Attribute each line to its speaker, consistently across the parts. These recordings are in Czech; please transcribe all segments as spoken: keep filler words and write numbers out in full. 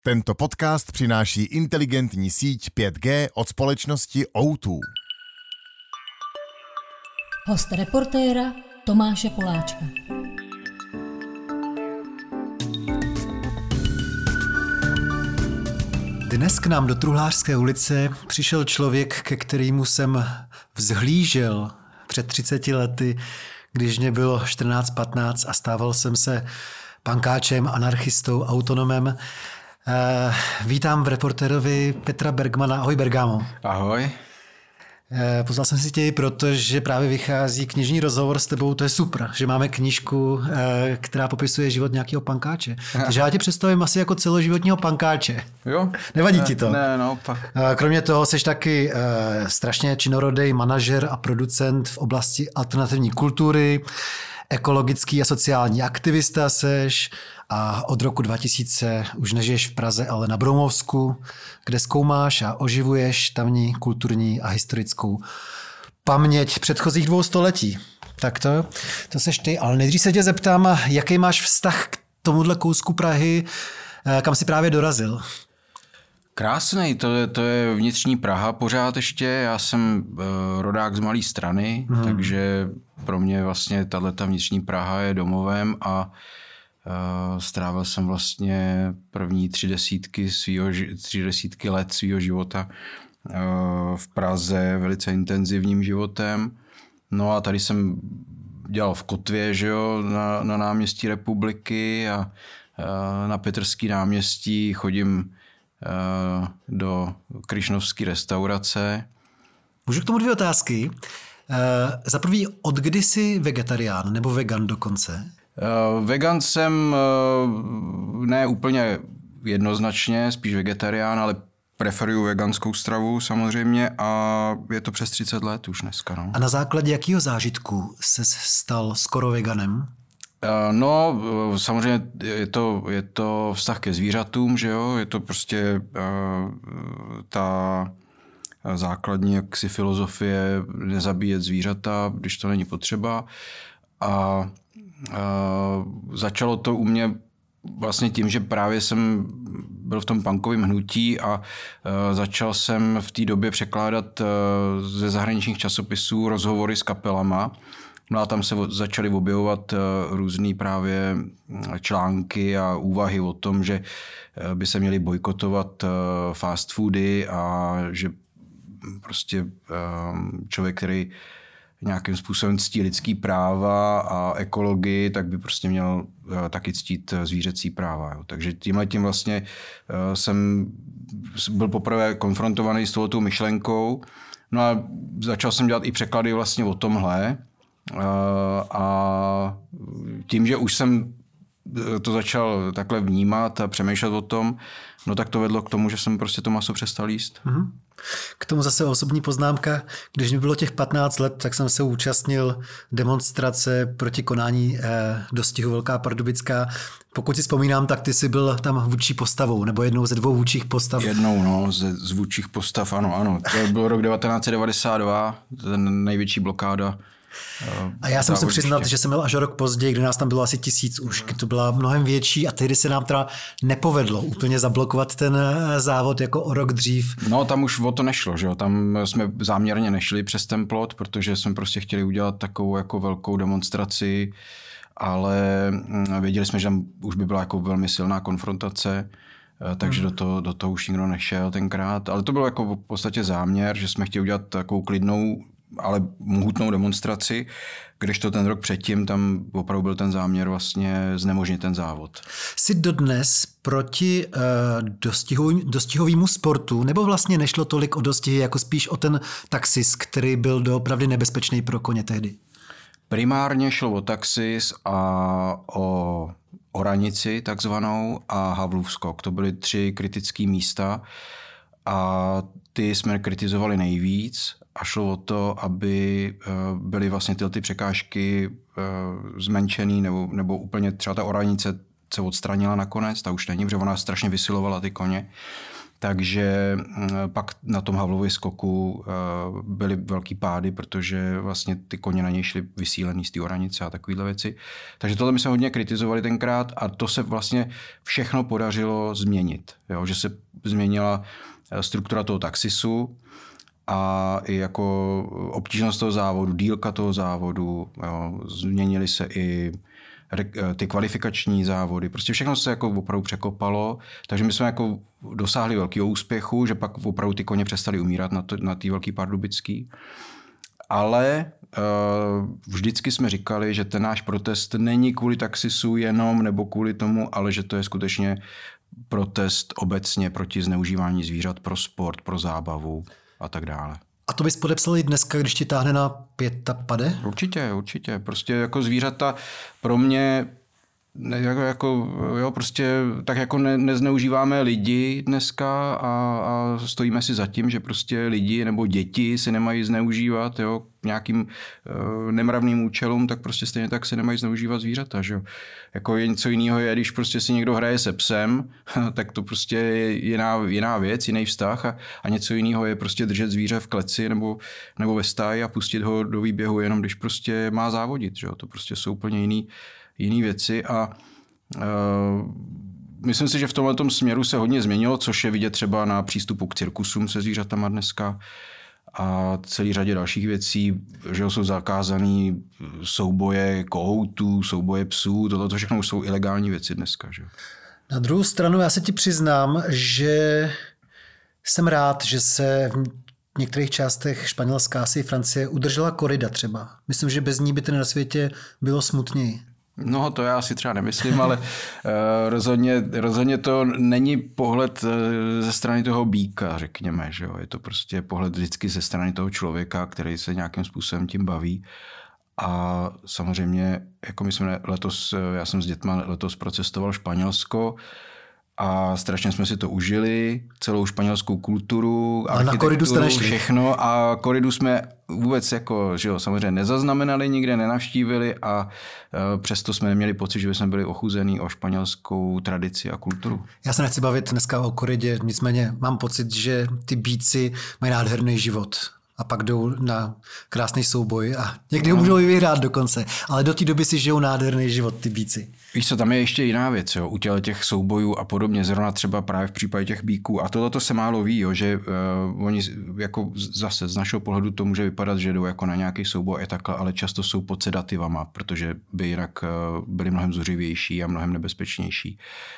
Speaker 1: Tento podcast přináší inteligentní síť pět G od společnosti O dva.
Speaker 2: Host reportéra Tomáše Poláčka.
Speaker 3: Dnes k nám do Truhlářské ulice přišel člověk, ke kterému jsem vzhlížel před třiceti lety, když mě bylo čtrnáct patnáct a stával jsem se pankáčem, anarchistou, autonomem. Uh, vítám v reportérovi Petra Bergmana. Ahoj Bergamo.
Speaker 4: Ahoj.
Speaker 3: Uh, pozval jsem si tě, protože právě vychází knižní rozhovor s tebou, to je super, že máme knížku, uh, která popisuje život nějakého pankáče. Takže já tě představím asi jako celoživotního pankáče.
Speaker 4: Jo?
Speaker 3: Nevadí
Speaker 4: ne,
Speaker 3: ti to?
Speaker 4: Ne, naopak.
Speaker 3: Uh, kromě toho jsi taky uh, strašně činorodý manažer a producent v oblasti alternativní kultury, ekologický a sociální aktivista seš a od roku dva tisíce už nežiješ v Praze, ale na Broumovsku, kde zkoumáš a oživuješ tamní kulturní a historickou paměť předchozích dvou století. Tak to, to seš ty, ale nejdřív se tě zeptám, jaký máš vztah k tomuhle kousku Prahy, kam jsi právě dorazil?
Speaker 4: Krásný, to je, to je vnitřní Praha pořád ještě. Já jsem uh, rodák z Malé Strany, hmm. takže pro mě vlastně tato vnitřní Praha je domovem a uh, strávil jsem vlastně první tři desítky, svýho, tři desítky let svého života uh, v Praze velice intenzivním životem. No a tady jsem dělal v Kotvě, že jo, na, na náměstí Republiky a uh, na Petrský náměstí chodím do Kryšnovské restaurace.
Speaker 3: Můžu k tomu dvě otázky. Za prvý, od kdy jsi vegetarián nebo vegan dokonce?
Speaker 4: Vegan jsem ne úplně jednoznačně, spíš vegetarián, ale preferuju veganskou stravu samozřejmě a je to přes třicet let už dneska. No.
Speaker 3: A na základě jakého zážitku se stal skoro veganem?
Speaker 4: No, samozřejmě je to, je to vztah ke zvířatům, že jo, je to prostě uh, ta základní jaksi filozofie nezabíjet zvířata, když to není potřeba. A uh, začalo to u mě vlastně tím, že právě jsem byl v tom punkovém hnutí a uh, začal jsem v té době překládat uh, ze zahraničních časopisů rozhovory s kapelama. No a tam se začaly objevovat různý právě články a úvahy o tom, že by se měly bojkotovat fast foody a že prostě člověk, který nějakým způsobem ctí lidský práva a ekologii, tak by prostě měl taky ctít zvířecí práva. Jo. Takže tímhle tím vlastně jsem byl poprvé konfrontovaný s touto myšlenkou. No a začal jsem dělat i překlady vlastně o tomhle. A tím, že už jsem to začal takhle vnímat a přemýšlet o tom, no tak to vedlo k tomu, že jsem prostě to maso přestal jíst. Mm-hmm.
Speaker 3: K tomu zase osobní poznámka. Když mi bylo těch patnáct let, tak jsem se účastnil demonstrace proti konání eh, dostihu Velká Pardubická. Pokud si vzpomínám, tak ty jsi byl tam vůdčí postavou, nebo jednou ze dvou vůdčích postav.
Speaker 4: Jednou, no, ze, z vůdčích postav, ano, ano. To byl rok devatenáct set devadesát dva, ten největší blokáda.
Speaker 3: A já jsem se přiznat, že jsem byl až rok později, kdy nás tam bylo asi tisíc už, kdy to byla mnohem větší a tehdy se nám teda nepovedlo úplně zablokovat ten závod jako o rok dřív.
Speaker 4: No tam už o to nešlo, že jo, tam jsme záměrně nešli přes ten plot, protože jsme prostě chtěli udělat takovou jako velkou demonstraci, ale věděli jsme, že tam už by byla jako velmi silná konfrontace, takže hmm. do toho, do toho už nikdo nešel tenkrát, ale to bylo jako v podstatě záměr, že jsme chtěli udělat takovou klidnou, ale mohutnou demonstraci, kdežto ten rok předtím tam opravdu byl ten záměr vlastně znemožnit ten závod.
Speaker 3: Jsi dodnes proti uh, dostihový, dostihovému sportu, nebo vlastně nešlo tolik o dostihy, jako spíš o ten taxis, který byl doopravdy nebezpečný pro koně tehdy?
Speaker 4: Primárně šlo o taxis a o oranici takzvanou a Havlův skok. To byly tři kritické místa a ty jsme kritizovali nejvíc. A šlo o to, aby byly vlastně tyhle ty překážky zmenšený nebo, nebo úplně třeba ta oranice se odstranila nakonec, ta už není, protože ona strašně vysilovala ty koně. takže pak na tom Havlově skoku byly velký pády, protože vlastně ty koně na něj šly vysílený z té oranice a takovýhle věci. Takže tohle my jsme hodně kritizovali tenkrát a to se vlastně všechno podařilo změnit. Jo? Že se změnila struktura toho taxisu a i jako obtížnost toho závodu, dílka toho závodu, jo? Změnily se i ty kvalifikační závody. Prostě všechno se jako opravdu překopalo, takže my jsme jako dosáhli velkého úspěchu, že pak opravdu ty koně přestali umírat na, to, na tý velký Pardubický. Ale uh, vždycky jsme říkali, že ten náš protest není kvůli taxisu jenom nebo kvůli tomu, ale že to je skutečně protest obecně proti zneužívání zvířat pro sport, pro zábavu a tak dále.
Speaker 3: A to bys podepsal i dneska, když ti táhne na pade?
Speaker 4: Určitě, určitě. Prostě jako zvířata pro mě jako, jako jo, prostě tak jako ne, nezneužíváme lidi dneska a, a stojíme si za tím, že prostě lidi nebo děti si nemají zneužívat, jo, nějakým uh, nemravným účelům, tak prostě stejně tak se nemají zneužívat zvířata, že jo. Jako je něco jiného je, když prostě si někdo hraje se psem, tak to prostě je jiná, jiná věc, jiný vztah a, a něco jiného je prostě držet zvíře v kleci nebo, nebo ve stáji a pustit ho do výběhu jenom když prostě má závodit, že jo. To prostě jsou úplně jiný jiné věci a uh, myslím si, že v tomhletom směru se hodně změnilo, což je vidět třeba na přístupu k cirkusům se zvířatama dneska a celý řadě dalších věcí, že jsou zakázaný souboje kohoutů, souboje psů, tohle všechno už jsou ilegální věci dneska. Že?
Speaker 3: Na druhou stranu já se ti přiznám, že jsem rád, že se v některých částech Španělska, asi Francie udržela korida třeba. Myslím, že bez ní by to na světě bylo smutněji.
Speaker 4: No to já si třeba nemyslím, ale uh, rozhodně, rozhodně to není pohled ze strany toho býka, řekněme. Že jo? Je to prostě pohled vždycky ze strany toho člověka, který se nějakým způsobem tím baví. A samozřejmě, jako my jsme letos, já jsem s dětma letos procestoval Španělsko a strašně jsme si to užili, celou španělskou kulturu,
Speaker 3: a na koridu jste nešli.
Speaker 4: Všechno a koridu jsme vůbec jako, že jo, samozřejmě nezaznamenali, nikde nenavštívili a uh, přesto jsme neměli pocit, že jsme byli ochuzení o španělskou tradici a kulturu.
Speaker 3: Já se nechci bavit dneska o koridě, nicméně mám pocit, že ty býci mají nádherný život. A pak jdou na krásný souboj a někdy ho můžou i vyhrát dokonce. Ale do té doby si žijou nádherný život ty býci.
Speaker 4: Víš co, tam je ještě jiná věc, jo, u těch soubojů a podobně, zrovna třeba právě v případě těch býků. A tohle se málo ví, jo, že uh, oni jako zase z našeho pohledu to může vypadat, že jdou jako na nějaký souboj a takhle, ale často jsou pod sedativama, protože by jinak uh, byli mnohem zuřivější a mnohem nebezpečnější.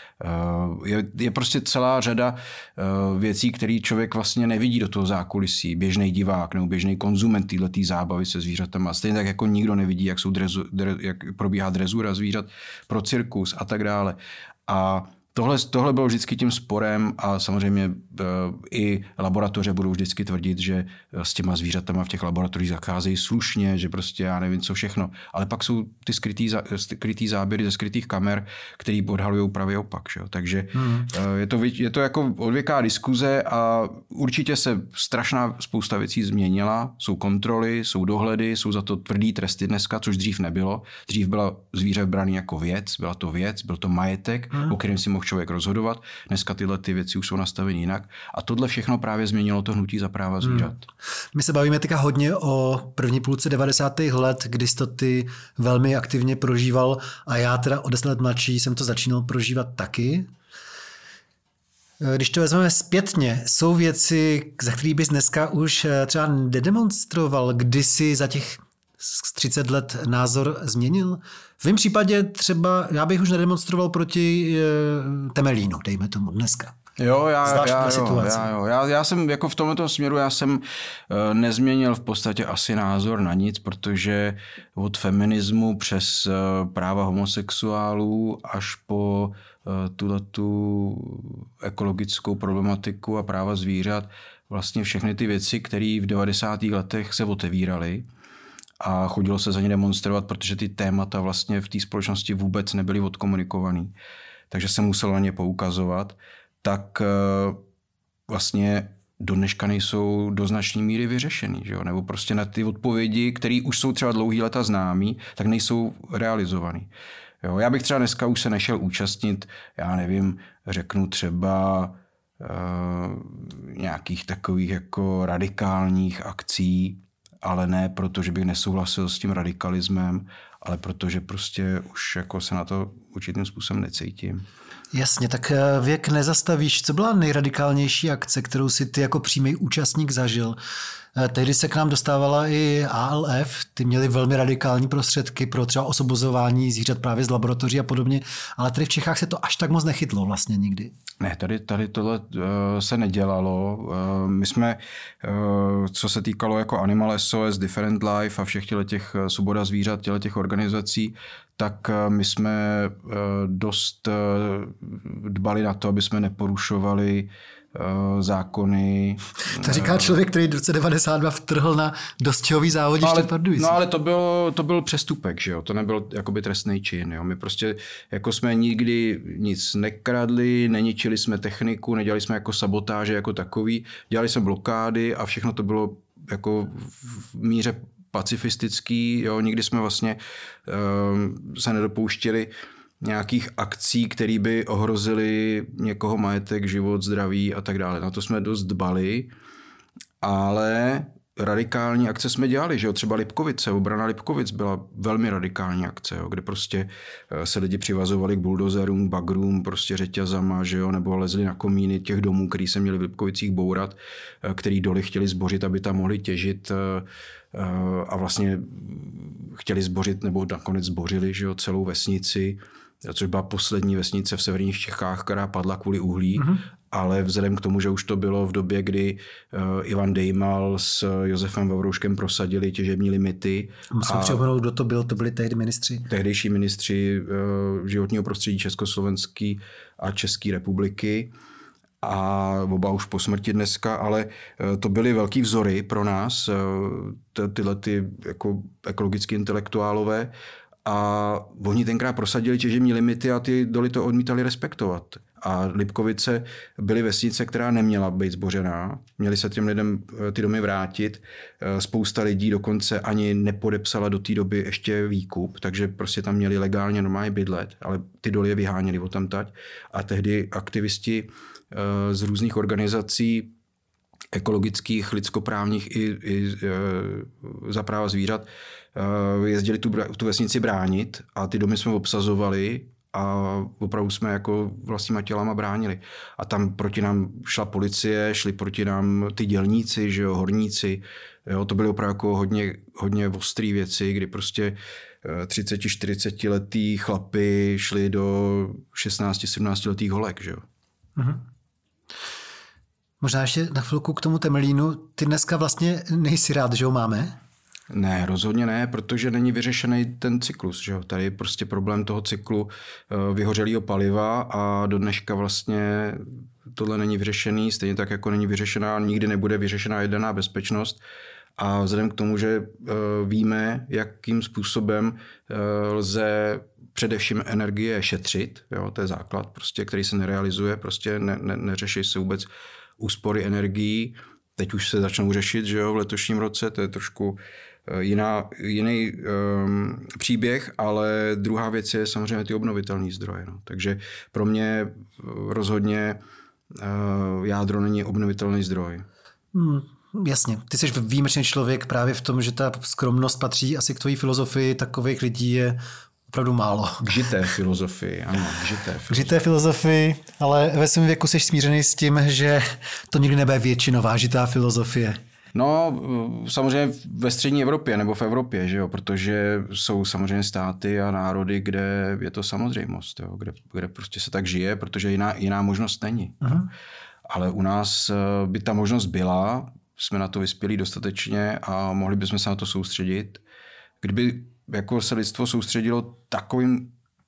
Speaker 4: Je, je prostě celá řada věcí, které člověk vlastně nevidí do toho zákulisí. Běžný divák nebo běžný konzument této zábavy se zvířatama. Stejně tak jako nikdo nevidí, jak, jsou drezu, dre, jak probíhá drezura zvířat pro cirkus a tak dále. A Tohle, tohle bylo vždycky tím sporem a samozřejmě e, i laboratoře budou vždycky tvrdit, že s těma zvířatama v těch laboratořích zacházejí slušně, že prostě já nevím co všechno. Ale pak jsou ty skrytý, skrytý záběry ze skrytých kamer, který odhalují pravý opak. Že? Takže hmm. e, je, to, je to jako odvěká diskuze a určitě se strašná spousta věcí změnila. Jsou kontroly, jsou dohledy, jsou za to tvrdý tresty dneska, což dřív nebylo. Dřív byla zvíře braný jako věc, byla to věc, byl to majetek, hmm. o kterém si mohl člověk rozhodovat. Dneska tyhle ty věci už jsou nastaveny jinak. A tohle všechno právě změnilo to hnutí za práva zvířat. Hmm.
Speaker 3: My se bavíme teďka hodně o první půlce devadesátých let, kdy jsi to ty velmi aktivně prožíval a já teda o deset let mladší jsem to začínal prožívat taky. Když to vezmeme zpětně, jsou věci, za které bys dneska už třeba nedemonstroval, kdysi za těch třicet let názor změnil? V mém případě třeba já bych už nedemonstroval proti e, Temelínu, dejme tomu dneska.
Speaker 4: Jo, já, já, jo, já, jo. Já, já jsem jako v tomto směru já jsem e, nezměnil v podstatě asi názor na nic, protože od feminismu přes e, práva homosexuálů až po e, tuhletu ekologickou problematiku a práva zvířat, vlastně všechny ty věci, které v devadesátých letech se otevíraly, a chodilo se za ně demonstrovat, protože ty témata vlastně v té společnosti vůbec nebyly odkomunikovaný. Takže se muselo na ně poukazovat. Tak vlastně do dneška nejsou do značné míry vyřešený. Že jo? Nebo prostě na ty odpovědi, které už jsou třeba dlouhý leta známý, tak nejsou realizovaný. Jo? Já bych třeba dneska už se nešel účastnit, já nevím, řeknu třeba nějakých takových jako radikálních akcí, ale ne proto, že bych nesouhlasil s tím radikalismem, ale protože prostě už jako se na to určitým způsobem necítím.
Speaker 3: Jasně, tak věk nezastavíš. Co byla nejradikálnější akce, kterou si ty jako přímý účastník zažil? Tehdy se k nám dostávala i A L F, ty měli velmi radikální prostředky pro třeba osvobozování zvířat právě z laboratoří a podobně, ale tady v Čechách se to až tak moc nechytlo vlastně nikdy.
Speaker 4: Ne, tady, tady tohle uh, se nedělalo. Uh, my jsme, uh, co se týkalo jako Animal S O S, Different Life a všech těch uh, svoboda zvířat, těch organizací, tak uh, my jsme uh, dost uh, dbali na to, aby jsme neporušovali zákony.
Speaker 3: To říká člověk, který v roce devadesát dva vtrhl na dostihový závodiště v Pardubicích.
Speaker 4: No ale to bylo, to byl přestupek, že jo? To nebyl jakoby trestný čin. Jo? My prostě jako jsme nikdy nic nekradli, neničili jsme techniku, nedělali jsme jako sabotáže jako takový, dělali jsme blokády a všechno to bylo jako v míře pacifistický. Jo? Nikdy jsme vlastně um, se nedopouštěli nějakých akcí, které by ohrozily někoho majetek, život, zdraví a tak dále. Na to jsme dost dbali, ale radikální akce jsme dělali, že jo, třeba Lipkovice, obrana Lipkovic byla velmi radikální akce, jo, kde prostě se lidi přivazovali k buldozerům, bagrům, prostě řetězama, že jo, nebo lezli na komíny těch domů, který se měli v Lipkovicích bourat, který doly chtěli zbořit, aby tam mohli těžit a vlastně chtěli zbořit, nebo nakonec zbořili, že jo, celou vesnici, což byla poslední vesnice v severních Čechách, která padla kvůli uhlí, mm-hmm. ale vzhledem k tomu, že už to bylo v době, kdy uh, Ivan Dejmal s Josefem Vavrouškem prosadili těžební limity.
Speaker 3: Musím připomenout, kdo to byl, to byli tehdy ministři?
Speaker 4: Tehdejší ministři uh, životního prostředí Československé a České republiky. A oba už po smrti dneska, ale to byly velký vzory pro nás, tyhle ty jako ekologické intelektuálové. A oni tenkrát prosadili těžební limity a ty doly to odmítali respektovat. A Lipkovice byly vesnice, která neměla být zbořená. Měli se těm lidem ty domy vrátit. Spousta lidí dokonce ani nepodepsala do té doby ještě výkup, takže prostě tam měli legálně normálně bydlet, ale ty doly je vyháněli odtamtať. A tehdy aktivisti z různých organizací ekologických, lidskoprávních i, i za práva zvířat jezdili tu, tu vesnici bránit a ty domy jsme obsazovali a opravdu jsme jako vlastníma tělama bránili. A tam proti nám šla policie, šli proti nám ty dělníci, že jo, horníci. Jo, to byly opravdu jako hodně, hodně ostrý věci, kdy prostě třicet čtyřicet letý chlapy šli do šestnáct sedmnáct letých holek, že jo.
Speaker 3: Mhm. Možná ještě na chvilku k tomu Temelínu. Ty dneska vlastně nejsi rád, že ho máme?
Speaker 4: Ne, rozhodně ne, protože není vyřešený ten cyklus. Že jo? Tady je prostě problém toho cyklu vyhořelého paliva a do dneška vlastně tohle není vyřešený, stejně tak jako není vyřešená, nikdy nebude vyřešená jedená bezpečnost. A vzhledem k tomu, že víme, jakým způsobem lze především energie šetřit, jo? To je základ, prostě, který se nerealizuje, prostě ne, ne, neřeší se vůbec úspory energií. Teď už se začnou řešit, že jo, v letošním roce, to je trošku jiná, jiný um, příběh, ale druhá věc je samozřejmě ty obnovitelné zdroje. No. Takže pro mě rozhodně uh, jádro není obnovitelný zdroj.
Speaker 3: Hmm, jasně, ty jsi výjimečný člověk právě v tom, že ta skromnost patří asi k tvojí filozofii, takových lidí je opravdu málo.
Speaker 4: K žité filozofii, ano, k žité filozofii.
Speaker 3: K žité filozofii, ale ve svém věku jsi smířený s tím, že to nikdy nebude většinová žitá filozofie.
Speaker 4: No, samozřejmě ve střední Evropě nebo v Evropě, že jo, protože jsou samozřejmě státy a národy, kde je to samozřejmost, jo, kde, kde prostě se tak žije, protože jiná, jiná možnost není. Uh-huh. Ale u nás by ta možnost byla, jsme na to vyspělí dostatečně a mohli bychom se na to soustředit. Kdyby jako se lidstvo soustředilo takovým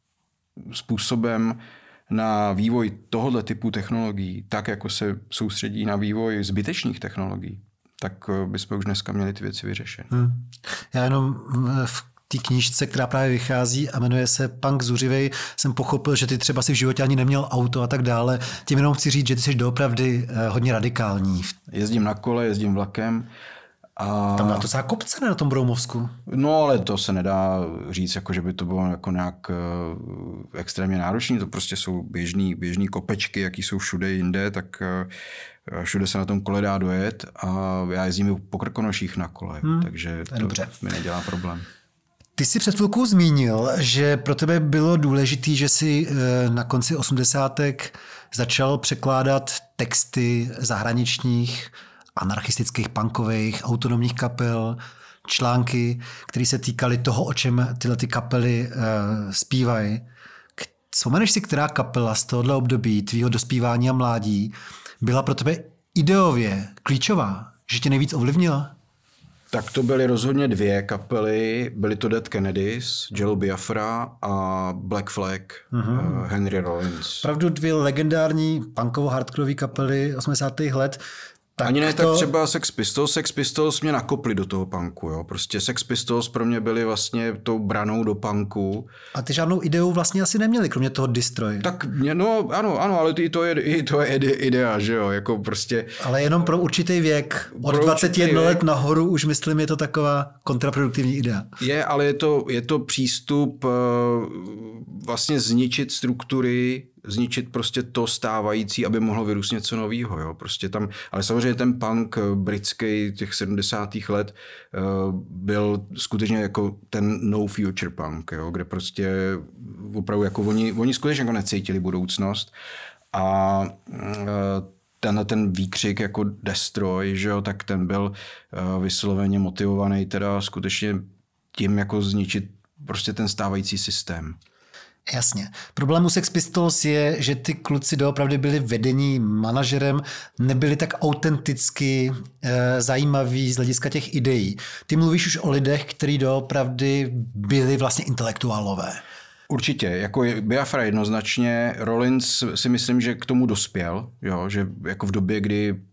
Speaker 4: způsobem na vývoj tohoto typu technologií, tak jako se soustředí na vývoj zbytečných technologií, tak bychom už dneska měli ty věci vyřešené. Hmm.
Speaker 3: Já jenom v té knížce, která právě vychází a jmenuje se Punk zuřivej, jsem pochopil, že ty třeba si v životě ani neměl auto a tak dále. Tím jenom chci říct, že ty jsi doopravdy hodně radikální.
Speaker 4: Jezdím na kole, jezdím vlakem A...
Speaker 3: Tam na to docela kopce, ne, na tom Broumovsku.
Speaker 4: No, ale to se nedá říct, jako, že by to bylo jako nějak uh, extrémně náročné. To prostě jsou běžný, běžný kopečky, jaký jsou všude jinde, tak uh, všude se na tom kole dá dojet a já jezdím po Krkonoších na kole, hmm, takže to, to mi nedělá problém.
Speaker 3: Ty jsi před chvilkou zmínil, že pro tebe bylo důležité, že jsi na konci osmdesátek začal překládat texty zahraničních, anarchistických, punkových, autonomních kapel, články, které se týkaly toho, o čem tyhle ty kapely uh, zpívají. Vzpomeneš si, která kapela z tohohle období tvýho dospívání a mládí byla pro tebe ideově klíčová, že tě nejvíc ovlivnila?
Speaker 4: Tak to byly rozhodně dvě kapely. Byly to Dead Kennedys, Jello Biafra a Black Flag, mm-hmm. uh, Henry Rollins.
Speaker 3: Pravdu dvě legendární punkovo-hardcoreové kapely osmdesátých let.
Speaker 4: Tak Ani ne to... tak třeba Sex Pistols. Sex Pistols mě nakopli do toho punku. Jo. Prostě Sex Pistols pro mě byli vlastně tou branou do punku.
Speaker 3: A ty žádnou ideu vlastně asi neměli, kromě toho Destroy.
Speaker 4: Tak no ano, ano, ale i to je, i to je idea, že jo, jako prostě...
Speaker 3: Ale jenom pro určitý věk. Od dvacet jedna let nahoru už myslím, je to taková kontraproduktivní idea.
Speaker 4: Je, ale je to, je to přístup vlastně zničit struktury, zničit prostě to stávající, aby mohlo vyrůst něco nového. Jo? Prostě tam, ale samozřejmě ten punk britský těch sedmdesátých let uh, byl skutečně jako ten no future punk, jo? Kde prostě opravdu jako oni, oni skutečně jako necítili budoucnost a uh, tenhle ten výkřik jako Destroy, že jo? Tak ten byl uh, vysloveně motivovaný teda skutečně tím jako zničit prostě ten stávající systém.
Speaker 3: Jasně. Problém u Sex Pistols je, že ty kluci doopravdy byli vedení manažerem, nebyli tak autenticky e, zajímaví z hlediska těch ideí. Ty mluvíš už o lidech, kteří doopravdy byli vlastně intelektuálové.
Speaker 4: Určitě, jako Biafra jednoznačně, Rollins si myslím, že k tomu dospěl, jo, že jako v době, kdy e,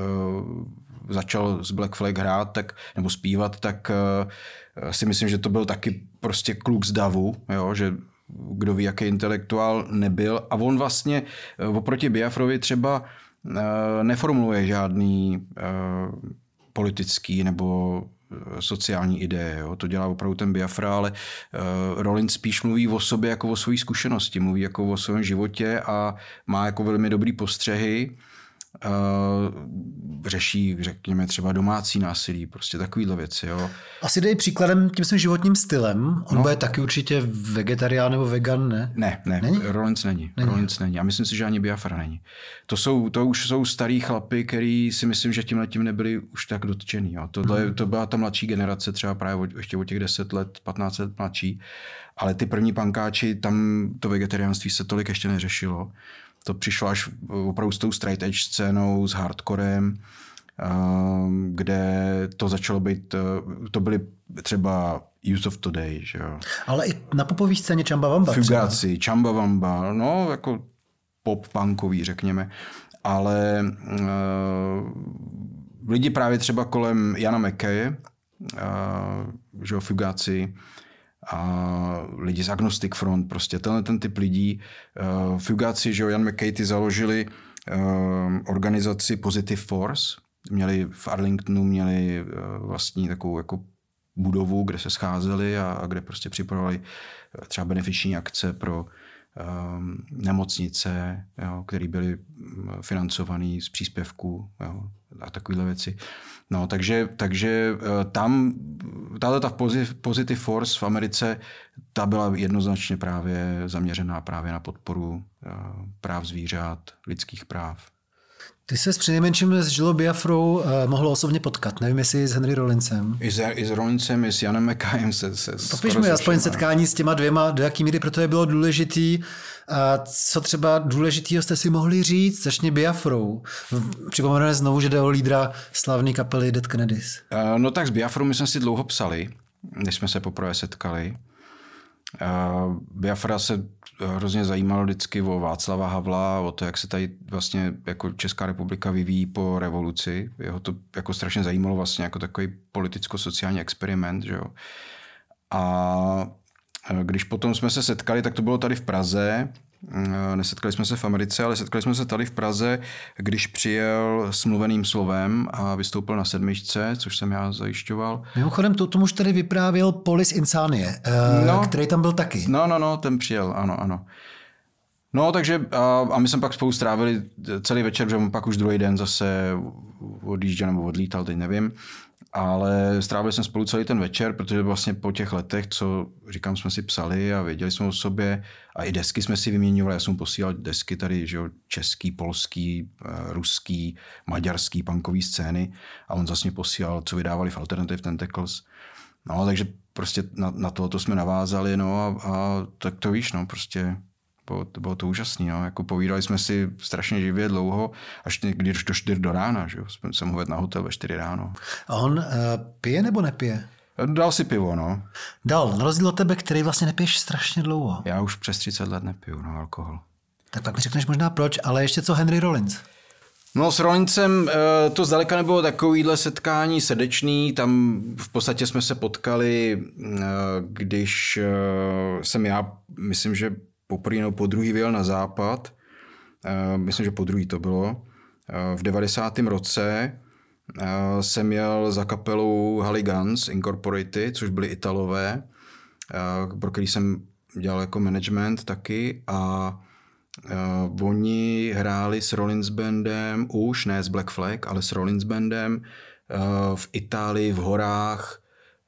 Speaker 4: začal z Black Flag hrát, tak, nebo zpívat, tak e, si myslím, že to byl taky prostě kluk z davu, jo, že kdo ví, jaký intelektuál nebyl. A on vlastně oproti Biafrovi třeba neformuluje žádný politický nebo sociální ideje. Jo. To dělá opravdu ten Biafra, ale Rollins spíš mluví o sobě jako o své zkušenosti, mluví jako o svém životě a má jako velmi dobrý postřehy. Uh, řeší, řekněme, třeba domácí násilí, prostě takovýhle věci. Jo.
Speaker 3: Asi dej příkladem tím svým životním stylem. On no. bude taky určitě vegetarián nebo vegan, ne?
Speaker 4: Ne, ne, není? Rollins není. není. Rollins není. A myslím si, že ani Biafra není. To, jsou, to už jsou starý chlapy, který si myslím, že tímhletím nebyli už tak dotčený. Jo. Tohle, hmm. To byla ta mladší generace, třeba právě ještě o těch deset let, patnáct let mladší. Ale ty první pankáči, tam to vegetariánství se tolik ještě neřešilo. To přišlo až opravdu s tou straight edge scénou, s hardcorem, kde to začalo být, to byly třeba Youth of Today, že jo. Ale
Speaker 3: i na popové scéně Chumbawamba.
Speaker 4: Fugazi, Chumbawamba, no jako pop-punkový, řekněme. Ale uh, lidi právě třeba kolem Jana McKaye, uh, že jo, Fugazi, a lidi z Agnostic Front, prostě tenhle ten typ lidí. Uh, Fugazi, že jo, Jan McKay, ty založili uh, organizaci Positive Force. Měli v Arlingtonu měli uh, vlastní takovou jako budovu, kde se scházeli a, a kde prostě připravovali třeba benefiční akce pro um, nemocnice, jo, které byly financované z příspěvků, jo, a takovéhle věci. No, takže, takže tam tato ta Positive Force v Americe, ta byla jednoznačně právě zaměřená právě na podporu práv zvířat, lidských práv.
Speaker 3: Ty se s přinejmenším s Jello Biafrou uh, mohl osobně potkat. Nevím, jestli s Henry Rollinsem.
Speaker 4: I s, i s Rollinsem, i s Janem McKayem se... se
Speaker 3: Popiš mi aspoň setkání s těma dvěma, do jaký míry pro to je bylo důležitý. A co třeba důležitýho jste si mohli říct? Začně Biafrou. Připomeneme znovu, že jde o lídra slavné kapely Dead Kennedys.
Speaker 4: Uh, no tak s Biafrou my jsme si dlouho psali, než jsme se poprvé setkali. Uh, Biafra se hrozně zajímalo vždycky o Václava Havla, o to, jak se tady vlastně jako Česká republika vyvíjí po revoluci. Jeho to jako strašně zajímalo vlastně jako takový politicko-sociální experiment. Že jo? A když potom jsme se setkali, tak to bylo tady v Praze Nesetkali jsme se v Americe, ale setkali jsme se tady v Praze, když přijel s mluveným slovem a vystoupil na sedmičce, což jsem já zajišťoval.
Speaker 3: Mimochodem, to tomu už tady vyprávěl Polis Insanie, no, který tam byl taky.
Speaker 4: No, no, no, ten přijel, ano, ano. No, takže a, a my jsme pak spolu strávili celý večer, protože on pak už druhý den zase odjížděl nebo odlítal, teď nevím. Ale strávili jsme spolu celý ten večer, protože vlastně po těch letech, co říkám, jsme si psali a věděli jsme o sobě a i desky jsme si vyměňovali. Já jsem posílal desky tady, že jo, český, polský, ruský, maďarský, punkový scény a on zase mě posílal, co vydávali v Alternative Tentacles. No, takže prostě na, na tohoto jsme navázali, no a, a tak to víš, no, prostě bylo to, bylo to úžasný, no, jako povídali jsme si strašně živě dlouho, až když do čtyř do rána, že jo, jsem ho vedl na hotel ve čtyři ráno.
Speaker 3: A on uh, pije nebo nepije?
Speaker 4: Dal si pivo, no.
Speaker 3: Dal, na rozdíl od tebe, který vlastně nepiješ strašně dlouho.
Speaker 4: Já už přes třicet let nepiju, no, alkohol.
Speaker 3: Tak pak mi řekneš možná proč, ale ještě co Henry Rollins?
Speaker 4: No s Rollinsem to zdaleka nebylo takovýhle setkání srdečný, tam v podstatě jsme se potkali, když jsem já, myslím, že poprvé nebo po druhý vyjel na západ, myslím, že po druhý to bylo, v devadesátém roce jsem jel za kapelou Hooligans Incorporated, což byli Italové, pro který jsem dělal jako management taky a Uh, oni hráli s Rollins bandem, už ne s Black Flag, ale s Rollins bandem uh, v Itálii, v horách,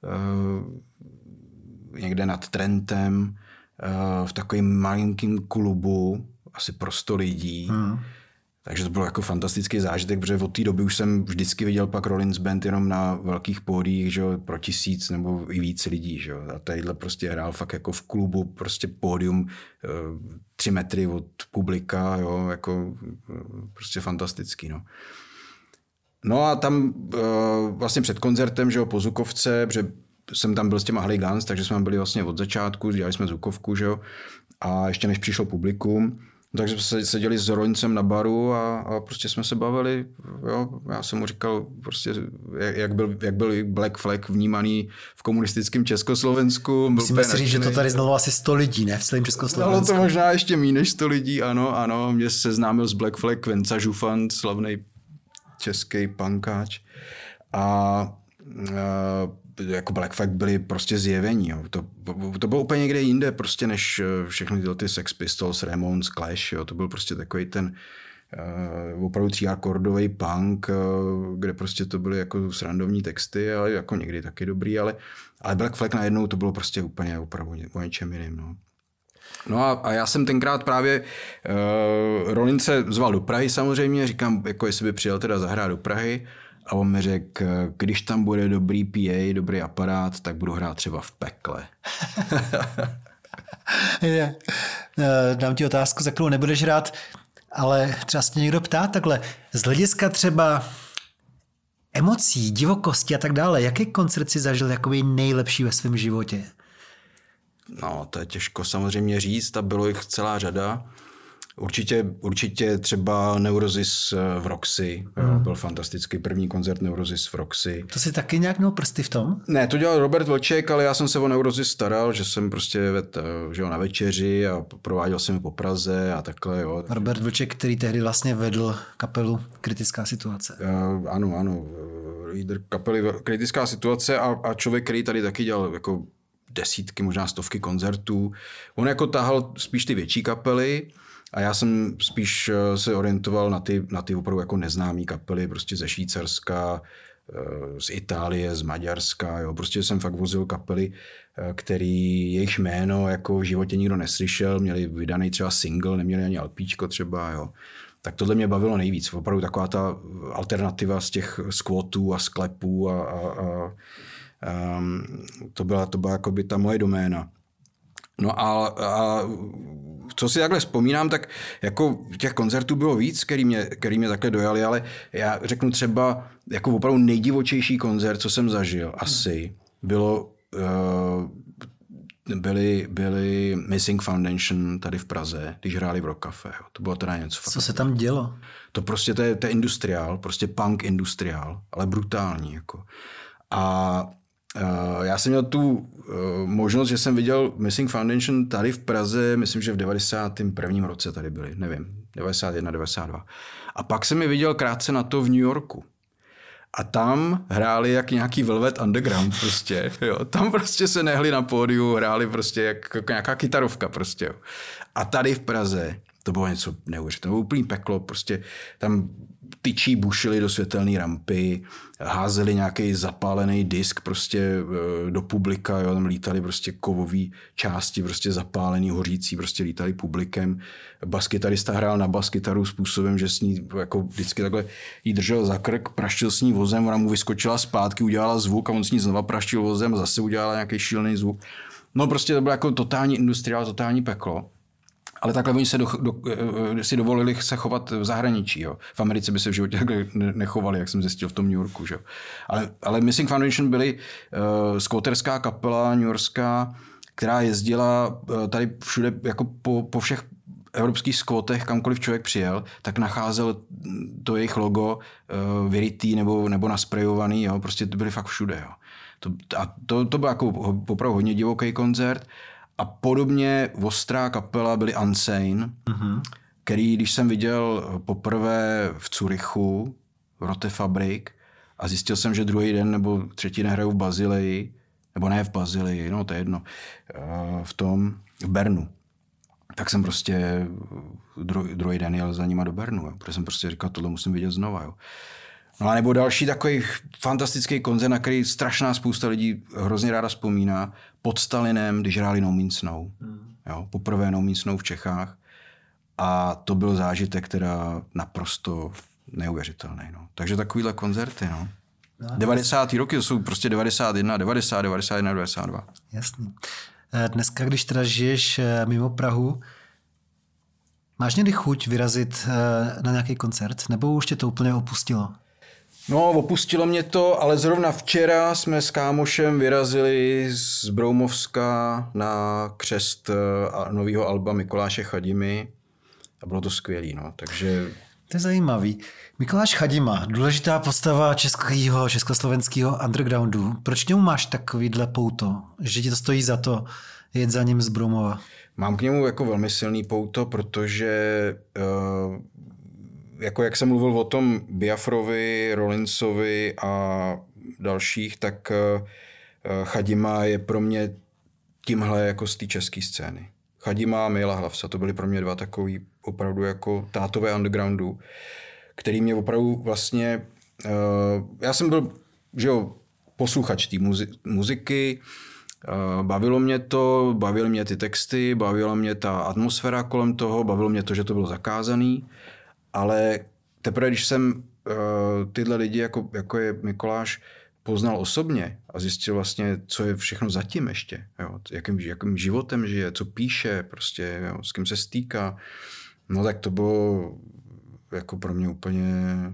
Speaker 4: uh, někde nad Trentem, uh, v takovém malinkém klubu, asi pro sto lidí. Hmm. Takže to bylo jako fantastický zážitek, protože od té doby už jsem vždycky viděl pak Rollins band jenom na velkých pódiích, že jo, pro tisíc nebo i víc lidí. Že jo. A tadyhle prostě hrál fakt jako v klubu, prostě pódium tři metry od publika, jo, jako prostě fantastický. No, no a tam vlastně před koncertem, že jo, po Zukovce, protože jsem tam byl s těma Hooligans, takže jsme byli vlastně od začátku, dělali jsme Zukovku, že jo, a ještě než přišlo publikum, takže jsme seděli s Rollinsem na baru a, a prostě jsme se bavili. Jo. Já jsem mu říkal, prostě, jak, byl, jak byl Black Flag vnímaný v komunistickém Československu.
Speaker 3: Musíme si říct, že to tady znalo asi sto lidí, ne? V celém Československu.
Speaker 4: Bylo to možná ještě méně než sto lidí, ano, ano. Mě seznámil s Black Flag Venca Žufan, slavný český punkáč. A, a jako Black Flag byli prostě zjevení. Jo. To, to bylo úplně někde jinde, prostě než všechny ty, ty Sex Pistols, Ramones, Clash. Jo. To byl prostě takový ten uh, opravdu tříakordový punk, uh, kde prostě to byly jako srandovní texty, ale jako někdy taky dobrý, ale, ale Black Flag najednou to bylo prostě úplně opravdu o něčem jiným. No. No a, a já jsem tenkrát právě uh, Rollinse zval do Prahy samozřejmě, říkám, jako jestli by přijel teda zahrát do Prahy. A on mi řekl, když tam bude dobrý P A, dobrý aparát, tak budu hrát třeba v pekle.
Speaker 3: Je. Dám ti otázku, za kterou nebudeš rád, ale třeba se tě někdo ptá takhle. Z hlediska třeba emocí, divokosti a tak dále, jaký koncert si zažil jakoby nejlepší ve svém životě?
Speaker 4: No, to je těžko samozřejmě říct, a bylo jich celá řada. Určitě, určitě třeba Neurosis v Roxy, hmm. byl fantastický první koncert Neurosis v Roxy.
Speaker 3: To si taky nějak měl prsty v tom?
Speaker 4: Ne, to dělal Robert Vlček, ale já jsem se o Neurosis staral, že jsem prostě ved, že jo, na večeři a prováděl jsem po Praze a takhle. Jo.
Speaker 3: Robert Vlček, který tehdy vlastně vedl kapelu Kritická situace.
Speaker 4: Uh, ano, ano, lídr kapely Kritická situace a, a člověk, který tady taky dělal jako desítky, možná stovky koncertů. On jako tahal spíš ty větší kapely, a já jsem spíš se orientoval na ty, na ty opravdu jako neznámý kapely, prostě ze Švýcarska, z Itálie, z Maďarska. Jo. Prostě jsem fakt vozil kapely, který jejich jméno jako v životě nikdo neslyšel, měli vydaný třeba single, neměli ani LPčko třeba. Jo. Tak tohle mě bavilo nejvíc. Opravdu taková ta alternativa z těch squatů a sklepů a, a, a um, to byla, to byla jakoby ta moje doména. No a, a co si takhle vzpomínám, tak jako těch koncertů bylo víc, který mě, který mě takhle dojali, ale já řeknu třeba jako opravdu nejdivočejší koncert, co jsem zažil, asi bylo, uh, byli, byli Missing Foundation tady v Praze, když hráli v Rock Café. To bylo teda něco fakt.
Speaker 3: Co se tam dělo?
Speaker 4: To prostě, to je, to je industriál, prostě punk industriál, ale brutální. Jako. A Já jsem měl tu možnost, že jsem viděl Missing Foundation tady v Praze, myslím, že v devadesátém prvním roce tady byli, nevím, devadesát jedna, devadesát dva. A pak jsem je viděl krátce na to v New Yorku. A tam hráli jak nějaký Velvet Underground prostě, jo. Tam prostě se nehli na pódiu, hráli prostě jak, jak nějaká kytarovka prostě, jo. A tady v Praze to bylo něco neuvěřitelného, úplný peklo, prostě tam tyčí bušili do světelné rampy, házeli nějaký zapálený disk prostě do publika, jo, tam lítali prostě kovový části, prostě zapálený, hořící, prostě lítali publikem. Baskytarista hrál na baskytaru způsobem, že s ní jako vždycky takhle jí držel za krk, praštil s ní vozem, ona mu vyskočila zpátky, udělala zvuk a on s ní znova praštil vozem a zase udělala nějaký šílený zvuk. No prostě to bylo jako totální industriál, totální peklo. Ale takhle oni se do, do, si dovolili se chovat v zahraničí. Jo. V Americe by se v životě takhle nechovali, jak jsem zjistil v tom New Yorku. Že? Ale, ale Missing Foundation byli uh, skvoterská kapela newyorská, která jezdila uh, tady všude jako po, po všech evropských skvotech, kamkoliv člověk přijel, tak nacházel to jejich logo uh, vyrytý nebo, nebo nasprejovaný. Jo. Prostě byli fakt všude. Jo. To, a to, to byl jako opravdu hodně divoký koncert. A podobně ostrá kapela byly Unsane, mm-hmm. který, když jsem viděl poprvé v Curychu, v Rote Fabrik, a zjistil jsem, že druhý den nebo třetí den hrajou v Bazileji, nebo ne v Bazileji, no to je jedno, v tom, v Bernu. Tak jsem prostě druhý, druhý den jel za nima do Bernu, jo, protože jsem prostě říkal, tohle musím vidět znova. Jo. No a nebo další takový fantastický koncert, na který strašná spousta lidí hrozně ráda vzpomíná, pod Stalinem, když hráli No Means No. Hmm. Jo, poprvé No Means No v Čechách. A to byl zážitek, teda naprosto neuvěřitelný. No. Takže takovýhle koncerty. No. No, devadesátý roky, to jsou prostě devadesát jedna, devadesát, devadesát jedna, devadesát dva.
Speaker 3: Jasný. Dneska, když teda žiješ mimo Prahu, máš někdy chuť vyrazit na nějaký koncert? Nebo už tě to úplně opustilo?
Speaker 4: No, opustilo mě to, ale zrovna včera jsme s kámošem vyrazili z Broumovska na křest nového alba Mikuláše Chadimy a bylo to skvělý, no, takže...
Speaker 3: To je zajímavý. Mikuláš Chadima, důležitá postava českého, československého undergroundu. Proč k němu máš takovýhle pouto? Že ti to stojí za to jet za ním z Broumova?
Speaker 4: Mám k němu jako velmi silný pouto, protože... Uh, jako jak jsem mluvil o tom Biafrovi, Rollinsovi a dalších, tak Chadima je pro mě tímhle jako z té české scény. Chadima a Mejla Hlavsa, to byly pro mě dva takový opravdu jako tátové undergroundu, který mě opravdu vlastně... Já jsem byl, že jo, posluchač té muziky, bavilo mě to, bavily mě ty texty, bavila mě ta atmosféra kolem toho, bavilo mě to, že to bylo zakázaný. Ale teprve, když jsem uh, tyhle lidi, jako, jako je Mikuláš, poznal osobně a zjistil vlastně, co je všechno zatím ještě, jo, jakým, jakým životem žije, co píše, prostě, jo, s kým se stýká, no tak to bylo jako pro mě úplně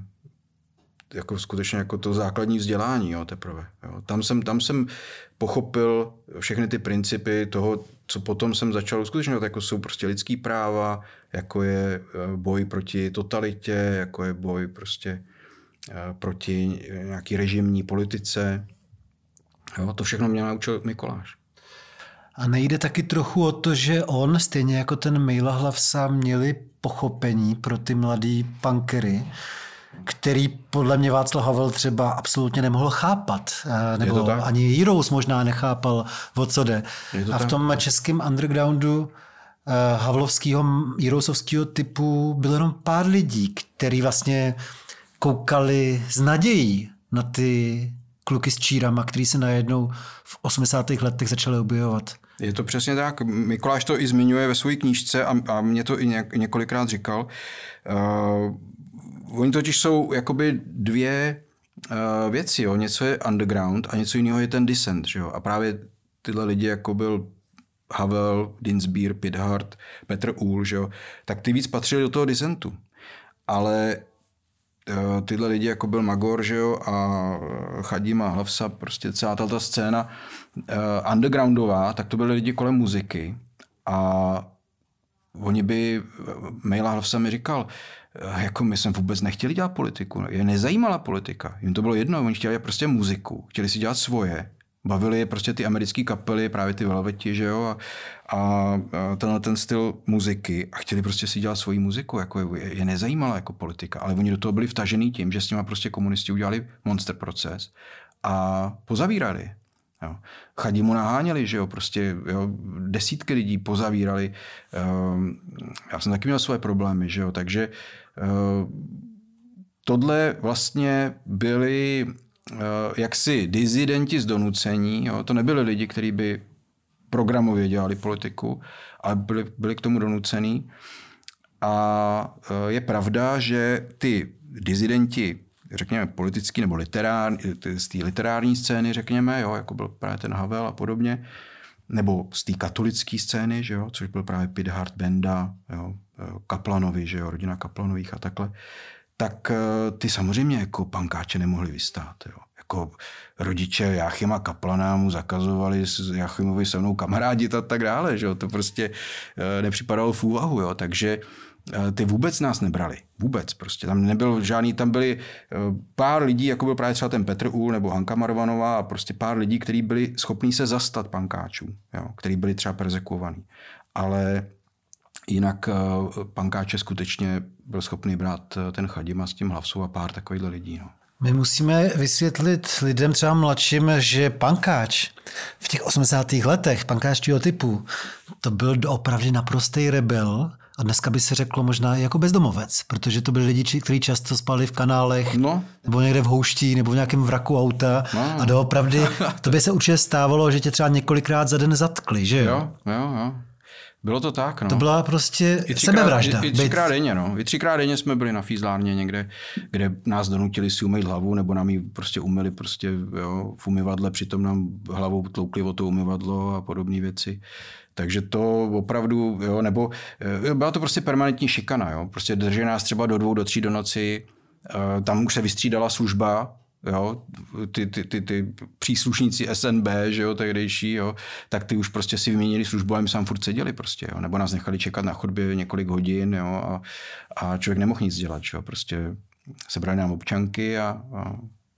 Speaker 4: jako skutečně jako to základní vzdělání, jo, teprve. Jo. Tam jsem, tam jsem pochopil všechny ty principy toho, co potom jsem začal uskutečňovat, jako jsou prostě lidský práva, jako je boj proti totalitě, jako je boj prostě proti nějaký režimní politice. Jo, to všechno mě naučil Mikuláš.
Speaker 3: A nejde taky trochu o to, že on, stejně jako ten Mejla Hlavsa, měli pochopení pro ty mladý punkery, který podle mě Václav Havel třeba absolutně nemohl chápat. Nebo ani Heroes možná nechápal, o co jde. A v tom českém undergroundu havlovského, Heroesovského typu bylo jenom pár lidí, kteří vlastně koukali s nadějí na ty kluky s čírama, který se najednou v osmdesátých letech začaly objevovat.
Speaker 4: Je to přesně tak. Mikuláš to i zmiňuje ve své knížce a, a mě to i několikrát říkal. Uh, Oni totiž jsou jakoby dvě uh, věci. Jo. Něco je underground a něco jiného je ten dissent. Že jo. A právě tyhle lidi, jako byl Havel, Dinsbier, Pithard, Petr Uhl, že jo, tak ty víc patřili do toho dissentu. Ale uh, tyhle lidi, jako byl Magor, že jo, a Chadima, Hlavsa, prostě celá tato scéna uh, undergroundová, tak to byly lidi kolem muziky. A oni by, Mejla Hlavsa mi říkal, jako my jsme vůbec nechtěli dělat politiku. Je nezajímala politika. Jim to bylo jedno, oni chtěli dělat prostě muziku. Chtěli si dělat svoje. Bavili je prostě ty americké kapely, právě ty Velveti, že jo, a, a tenhle ten styl muziky a chtěli prostě si dělat svoji muziku, jako je, je nezajímala jako politika, ale oni do toho byli vtažený tím, že s nima prostě komunisti udělali monster proces a pozavírali. Jo. Chadimu naháněli, že jo, prostě jo, desítky lidí pozavírali. Já jsem taky měl své problémy, že jo, takže tohle vlastně byli jaksi dizidenti z donucení, jo, to nebyli lidi, kteří by programově dělali politiku, ale byli, byli k tomu donucený. A je pravda, že ty dizidenti, řekněme politický nebo literární, z té literární scény, řekněme, jo, jako byl právě ten Havel a podobně, nebo z té katolické scény, že jo, což byl právě Pithard, Benda, jo, Kaplanovi, že jo, rodina Kaplanových a takhle, tak ty samozřejmě jako pankáče nemohli vystát. Jo. Jako rodiče Jáchyma Kaplana mu zakazovali s Jáchymovi se mnou kamarádit a tak dále. Že jo. To prostě nepřipadalo v úvahu. Jo. Takže ty vůbec nás nebrali. Vůbec prostě. Tam nebyl žádný, tam byli pár lidí, jako byl právě třeba ten Petr Úl nebo Hanka Marvanová a prostě pár lidí, kteří byli schopní se zastat pankáčů, jo. Kteří byli třeba perzekvovaní. Ale jinak pankáče skutečně byl schopný brát ten Chadima s tím Hlavsou a pár takových lidí. No.
Speaker 3: My musíme vysvětlit lidem třeba mladším, že pankáč v těch osmdesátých letech, pankáčního typu, to byl opravdu naprostý rebel a dneska by se řeklo možná i jako bezdomovec, protože to byli lidi, kteří často spali v kanálech, no. nebo někde v houští, nebo v nějakém vraku auta no. a doopravdy to by se určitě stávalo, že tě třeba několikrát za den zatkli, že jo?
Speaker 4: Jo, jo, jo. Bylo to tak, no.
Speaker 3: To byla prostě I sebevražda.
Speaker 4: I, i třikrát denně, no. I třikrát denně jsme byli na fízlárně někde, kde nás donutili si umýt hlavu, nebo nám ji prostě umyli prostě, jo, v umyvadle, přitom nám hlavou tloukli o to umyvadlo a podobné věci. Takže to opravdu, jo, nebo byla to prostě permanentní šikana, jo. Prostě drželi nás třeba do dvou, do tří do noci, tam už se vystřídala služba, jo, ty, ty, ty, ty příslušníci S N B, že jo, tehdejší, jo, tak ty už prostě si vyměnili službu a my sám furt seděli prostě, jo, nebo nás nechali čekat na chodbě několik hodin, jo, a, a člověk nemohl nic dělat, jo, prostě sebrali nám občanky a, a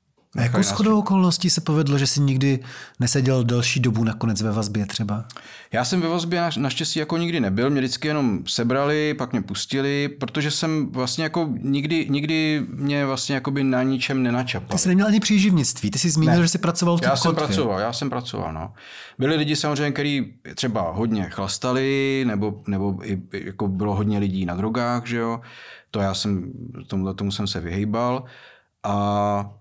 Speaker 3: A jakou shodou okolností se povedlo, že jsi nikdy neseděl delší dobu nakonec ve vazbě třeba?
Speaker 4: Já jsem ve vazbě naštěstí jako nikdy nebyl, mě vždycky jenom sebrali, pak mě pustili, protože jsem vlastně jako nikdy, nikdy mě vlastně jakoby na ničem nenačapal.
Speaker 3: Ty jsi neměl ani příživnictví, ty jsi zmínil, ne. že jsi pracoval v tom
Speaker 4: Já jsem kotvě. pracoval, já jsem pracoval, no. Byli lidi samozřejmě, kteří třeba hodně chlastali, nebo, nebo i, jako bylo hodně lidí na drogách, že jo. To já jsem, tomu, tomu jsem se vyhejbal a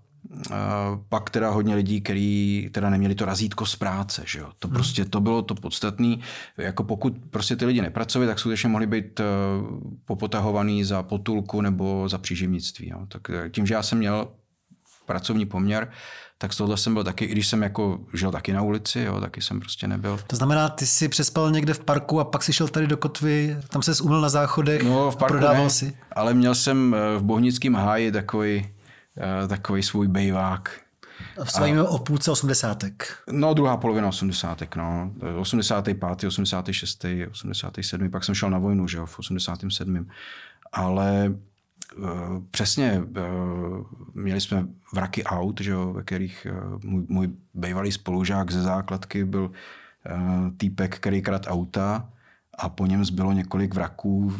Speaker 4: pak teda hodně lidí, kteří teda neměli to razítko z práce, že jo. To prostě to bylo to podstatné. Jako pokud prostě ty lidi nepracovali, tak skutečně mohli být popotahovaný za potulku nebo za příživnictví. Jo. Tak tím, že já jsem měl pracovní poměr, tak z tohohle jsem byl taky, i když jsem jako žil taky na ulici, jo, taky jsem prostě nebyl.
Speaker 3: To znamená, ty jsi přespal někde v parku a pak si šel tady do kotvy, tam ses umyl na záchodech,
Speaker 4: no, v parku
Speaker 3: prodával
Speaker 4: ne,
Speaker 3: si?
Speaker 4: Ale měl jsem v Bohnickém háji takový takový svůj bejvák.
Speaker 3: V svým o půlce osmdesátek.
Speaker 4: No, druhá polovina osmdesátek, no. osmdesátý pátý, osmdesátý šestý, osmdesátý sedmý Pak jsem šel na vojnu, že jo, v osmdesátém sedmém Ale uh, přesně, uh, měli jsme vraky aut, že jo, ve kterých uh, můj, můj bejvalý spolužák ze základky byl uh, týpek, který kradl auta a po něm zbylo několik vraků,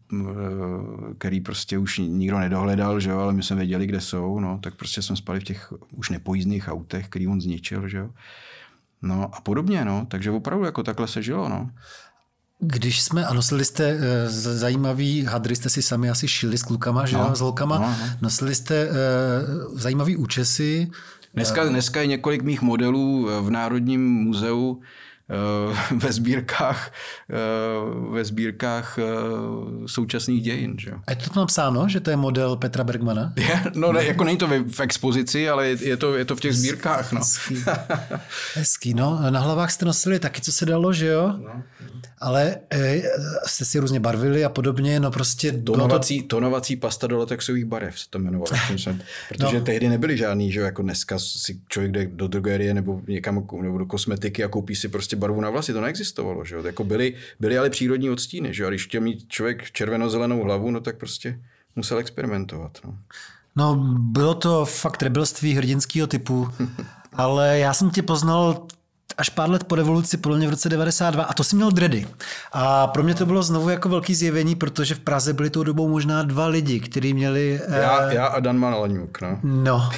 Speaker 4: který prostě už nikdo nedohledal, že jo, ale my jsme věděli, kde jsou, no, tak prostě jsme spali v těch už nepojízdných autech, který on zničil, že jo. No a podobně, no, takže opravdu jako takhle se žilo, no.
Speaker 3: Když jsme, a nosili jste uh, zajímavý hadry, jste si sami asi šili s klukama, že jo, no, s holkama, no, no. Nosili jste uh, zajímavý účesy.
Speaker 4: Dneska, dneska je několik mých modelů v Národním muzeu ve sbírkách, ve sbírkách současných dějin. Že?
Speaker 3: A je to napsáno, že to je model Petra Bergmana?
Speaker 4: Je, no ne, jako není to v expozici, ale je to, je to v těch sbírkách. No.
Speaker 3: Hezký. Hezký, no. Na hlavách jste nosili taky, co se dalo, že jo? No. Ale e, jste si různě barvili a podobně, no prostě...
Speaker 4: Tonovací, to... tonovací pasta do latexových barev se to jmenovalo. Protože no. tehdy nebyly žádný, že jo, jako dneska si člověk jde do drogerie nebo někam nebo do kosmetiky a koupí si prostě barvu na vlasy, to neexistovalo, že jo. Jako byly, byly ale přírodní odstíny, že jo. A když chtěl mít člověk červeno-zelenou hlavu, no tak prostě musel experimentovat, no.
Speaker 3: No, bylo to fakt rebelství hrdinského typu. Ale já jsem tě poznal až pár let po revoluci, podle mě v roce devadesát dva, a to si měl dready. A pro mě to bylo znovu jako velký zjevení, protože v Praze byli tou dobou možná dva lidi, kteří měli...
Speaker 4: Já, eh... já a Dan Malaňuk, no.
Speaker 3: No.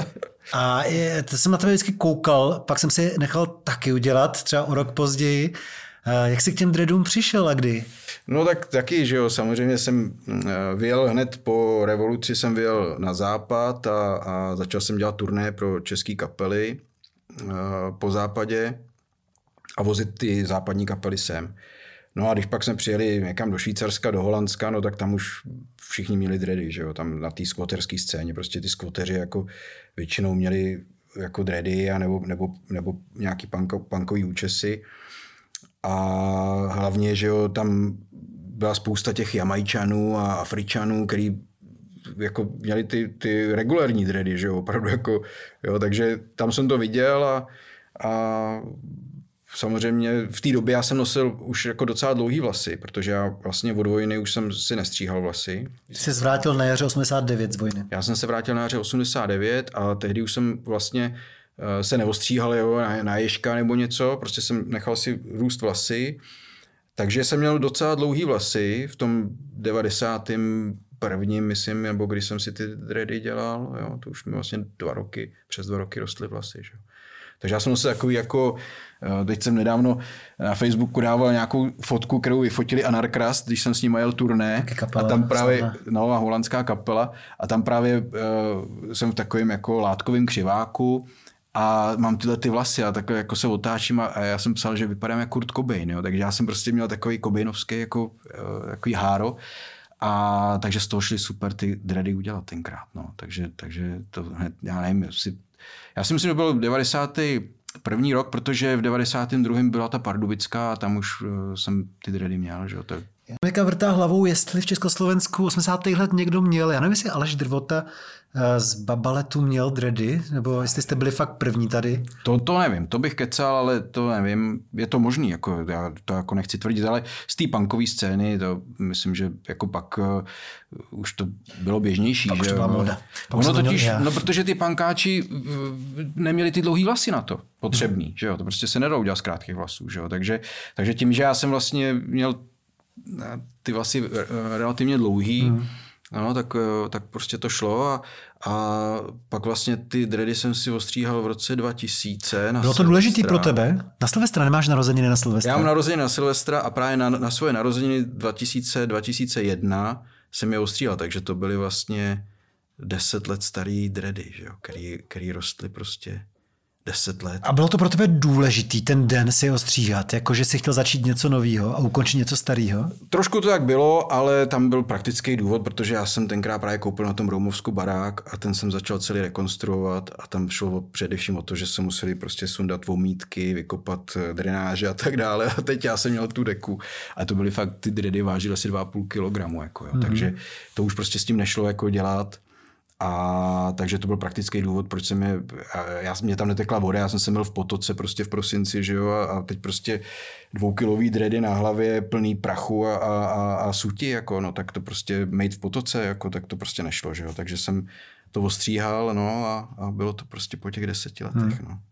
Speaker 3: A je, to jsem na tebe vždycky koukal, pak jsem si nechal taky udělat, třeba o rok později. Jak jsi k těm dreadům přišel a kdy?
Speaker 4: No tak taky, že jo, samozřejmě jsem vyjel hned po revoluci, jsem vyjel na západ a, a začal jsem dělat turné pro české kapely po západě a vozit ty západní kapely sem. No a když pak jsme přijeli někam do Švýcarska, do Holandska, no tak tam už všichni měli dready, že jo, tam na té skvoterské scéně, prostě ty skvoteři jako většinou měli jako dready a nebo, nebo, nebo nějaký punko, punkový účesy. A hlavně, že jo, tam byla spousta těch Jamajčanů a Afričanů, který jako měli ty, ty regulární dready, že jo, opravdu jako, jo, takže tam jsem to viděl a, a samozřejmě v té době já jsem nosil už jako docela dlouhý vlasy, protože já vlastně od vojny už jsem si nestříhal vlasy.
Speaker 3: Ty jsi se vrátil na jaře osmdesát devět z vojny.
Speaker 4: Já jsem se vrátil na jaře osmdesát devět a tehdy už jsem vlastně se neostříhal, jo, na, na ježka nebo něco, prostě jsem nechal si růst vlasy, takže jsem měl docela dlouhý vlasy v tom devadesátém prvním, myslím, nebo když jsem si ty dready dělal, jo, to už mi vlastně dva roky, přes dva roky rostly vlasy, že? Takže já jsem nosil takový jako, teď jsem nedávno na Facebooku dával nějakou fotku, kterou vyfotili Anarkrast, když jsem s nimi jel turné
Speaker 3: kapela,
Speaker 4: a tam právě,
Speaker 3: slavná.
Speaker 4: no, holandská kapela a tam právě uh, jsem v takovém jako látkovém křiváku a mám tyhle ty vlasy a takhle jako se otáčím a, a já jsem psal, že vypadám jako Kurt Cobain, jo, takže já jsem prostě měl takový Cobainovský jako uh, takový háro. A takže z toho šli super ty dready udělat tenkrát, no. Takže, takže to hned, já nevím, jestli, já si myslím, že byl devadesátý první rok, protože v devadesátém druhém byla ta Pardubická a tam už uh, jsem ty dready měl, že jo. To...
Speaker 3: Amerika vrtá hlavou, jestli v Československu osmdesátých let někdo měl, já nevím, jestli Aleš Drvota z Babaletu měl dready, nebo jestli jste byli fakt první tady.
Speaker 4: To, to nevím, to bych kecal, ale to nevím, je to možný, jako, já to jako nechci tvrdit, ale z té punkové scény, to myslím, že jako pak uh, už to bylo běžnější.
Speaker 3: Pak
Speaker 4: že,
Speaker 3: to byla moda.
Speaker 4: Ono totiž, no protože ty punkáči neměli ty dlouhý vlasy na to potřebný, hmm. že jo, to prostě se nedalo udělat z krátkých vlasů, že jo, takže, takže tím, že já jsem vlastně měl ty vlasy relativně dlouhý, hmm. no, tak, tak prostě to šlo a, a pak vlastně ty dready jsem si ostříhal v roce dva tisíce. Na
Speaker 3: Bylo to důležitý pro tebe? Na Silvestra nemáš narozeniny na Silvestra?
Speaker 4: Já mám narozeniny na Silvestra a právě na, na svoje narozeniny dva tisíce, dva tisíce jedna jsem je ostříhal, takže to byly vlastně deset let starý dready, že jo, který, který rostly prostě deset let.
Speaker 3: A bylo to pro tebe důležitý ten den si ostříhat, jakože si chtěl začít něco nového a ukončit něco starého?
Speaker 4: Trošku to tak bylo, ale tam byl praktický důvod, protože já jsem tenkrát právě koupil na tom Roumovsku barák a ten jsem začal celý rekonstruovat a tam šlo především o to, že se museli prostě sundat vomítky, vykopat drenáže a tak dále a teď já jsem měl tu deku a to byly fakt, ty dready vážily asi dva a půl kilogramu, jako jo. Mm-hmm. Takže to už prostě s tím nešlo jako dělat. A takže to byl praktický důvod, proč jsem je, já, mě tam netekla voda, já jsem se měl v potoce prostě v prosinci, že jo, a teď prostě dvoukilový dready na hlavě, plný prachu a, a, a suti, jako, no, tak to prostě mít v potoce, jako, tak to prostě nešlo, že jo, takže jsem to ostříhal, no, a, a bylo to prostě po těch deseti letech, hmm. no.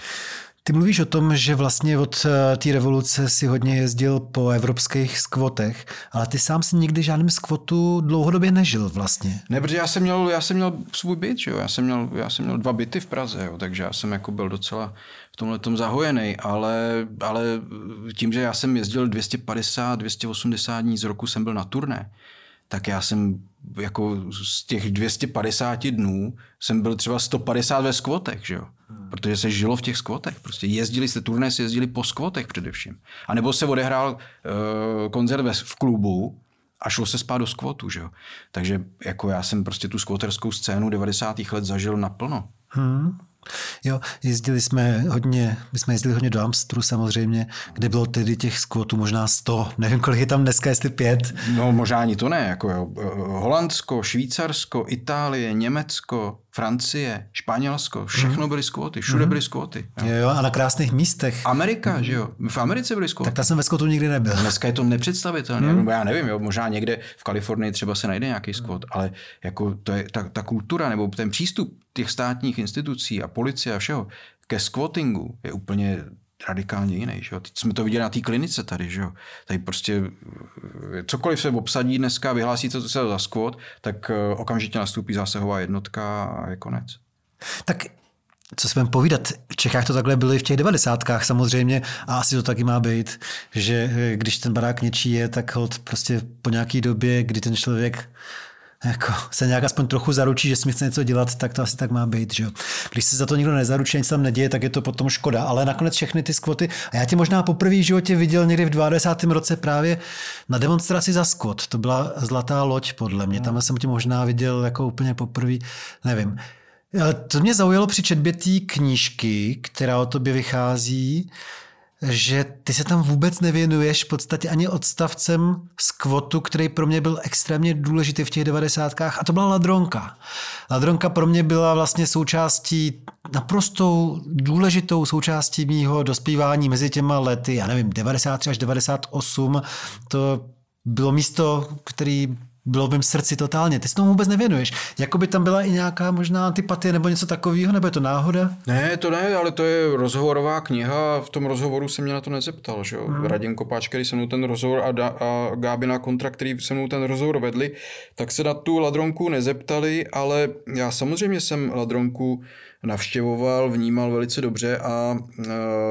Speaker 3: Ty mluvíš o tom, že vlastně od té revoluce si hodně jezdil po evropských skvotech, ale ty sám si nikdy žádným skvotu dlouhodobě nežil vlastně.
Speaker 4: Ne, protože já jsem měl, já jsem měl svůj byt, že jo? Já jsem měl, já jsem měl dva byty v Praze, jo? Takže já jsem jako byl docela v tomhletom zahojený, ale, ale tím, že já jsem jezdil dvě stě padesát, dvě stě osmdesát dní z roku jsem byl na turné, tak já jsem jako z těch dvě stě padesát dnů jsem byl třeba sto padesát ve skvotech, že jo? Hmm. Protože se žilo v těch skvotech. Prostě jezdili jste, turné se jezdili po skvotech především. A nebo se odehrál uh, koncert v klubu a šlo se spát do skvotu, že jo? Takže jako já jsem prostě tu skvoterskou scénu devadesátých let zažil naplno.
Speaker 3: Hmm. Jo, jezdili jsme hodně, my jsme jezdili hodně do Amstru samozřejmě, kde bylo tedy těch skvotů možná sto, nevím, kolik je tam dneska, jestli pět.
Speaker 4: No možná ani to ne, jako jo. Holandsko, Švýcarsko, Itálie, Německo, Francie, Španělsko, všechno byly skvoty, všude byly skvoty.
Speaker 3: Jo. Jo, a na krásných místech.
Speaker 4: Amerika, že jo? V Americe byly skvoty.
Speaker 3: Tak ta jsem ve skvotu nikdy nebyl.
Speaker 4: Dneska je to nepředstavitelné. Hmm. Já nevím, jo, možná někde v Kalifornii třeba se najde nějaký skvot, ale jako to je ta, ta kultura nebo ten přístup těch státních institucí a policie a všeho ke squattingu je úplně radikálně jiný. Že jo? Teď jsme to viděli na té klinice tady. Že jo? Tady prostě cokoliv se obsadí dneska, vyhlásí to se za squat, tak okamžitě nastoupí zásahová jednotka a je konec.
Speaker 3: Tak co jsme povídat, v Čechách to takhle bylo i v těch devadesátkách samozřejmě a asi to taky má být, že když ten barák něčí je, tak holt prostě po nějaký době, kdy ten člověk jako se nějak aspoň trochu zaručí, že si chce něco dělat, tak to asi tak má být. Že jo? Když se za to nikdo nezaručí, nic tam neděje, tak je to potom škoda. Ale nakonec všechny ty skvoty. A já tě možná poprvé v životě viděl někdy v dvacátém roce právě na demonstraci za skvot. To byla Zlatá loď, podle mě. Tam jsem tě možná viděl jako úplně poprvé, nevím. Ale to mě zaujalo při četbě té knížky, která o tobě vychází, že ty se tam vůbec nevěnuješ v podstatě ani odstavcem skvotu, který pro mě byl extrémně důležitý v těch devadesátkách, a to byla ladronka. Ladronka pro mě byla vlastně součástí, naprostou důležitou součástí mýho dospívání mezi těma lety, já nevím, devadesát tři až devadesát osm, to bylo místo, který bylo v mém srdci totálně. Ty se tomu vůbec nevěnuješ. Jakoby tam byla i nějaká možná antipatie nebo něco takového, nebo je to náhoda?
Speaker 4: Ne, to ne, ale to je rozhovorová kniha. V tom rozhovoru se mě na to nezeptal. Že? Hmm. Radim Kopáč, který se mnou ten rozhovor a, da, a Gábina Kontra, který se mnou ten rozhovor vedli, tak se na tu ladronku nezeptali, ale já samozřejmě jsem ladronku navštěvoval, vnímal velice dobře a uh,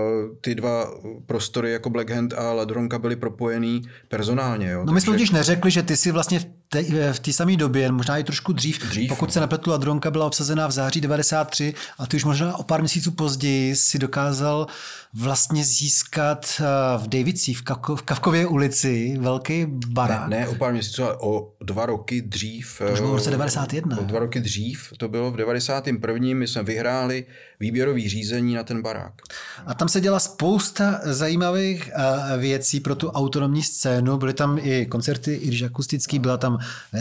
Speaker 4: ty dva prostory jako Black Hand a ladronka byly propojený personálně. Jo.
Speaker 3: No my jsme totiž neřekli, že ty si vlastně v té samé době, možná i trošku dřív, dřív pokud no. se nepletu, ladronka byla obsazená v září devadesát tři a ty už možná o pár měsíců později si dokázal vlastně získat v Davicích, v, Kavko, v Kavkově ulici velký barák.
Speaker 4: Ne, ne o pár měsíců, ale o dva roky dřív.
Speaker 3: To už bylo v roce devadesát jedna.
Speaker 4: O dva roky dřív, to bylo v devadesátém prvním my jsme vyhráli výběrový řízení na ten barák.
Speaker 3: A tam se děla spousta zajímavých věcí pro tu autonomní scénu. Byly tam i koncerty, i když akustický, byla tam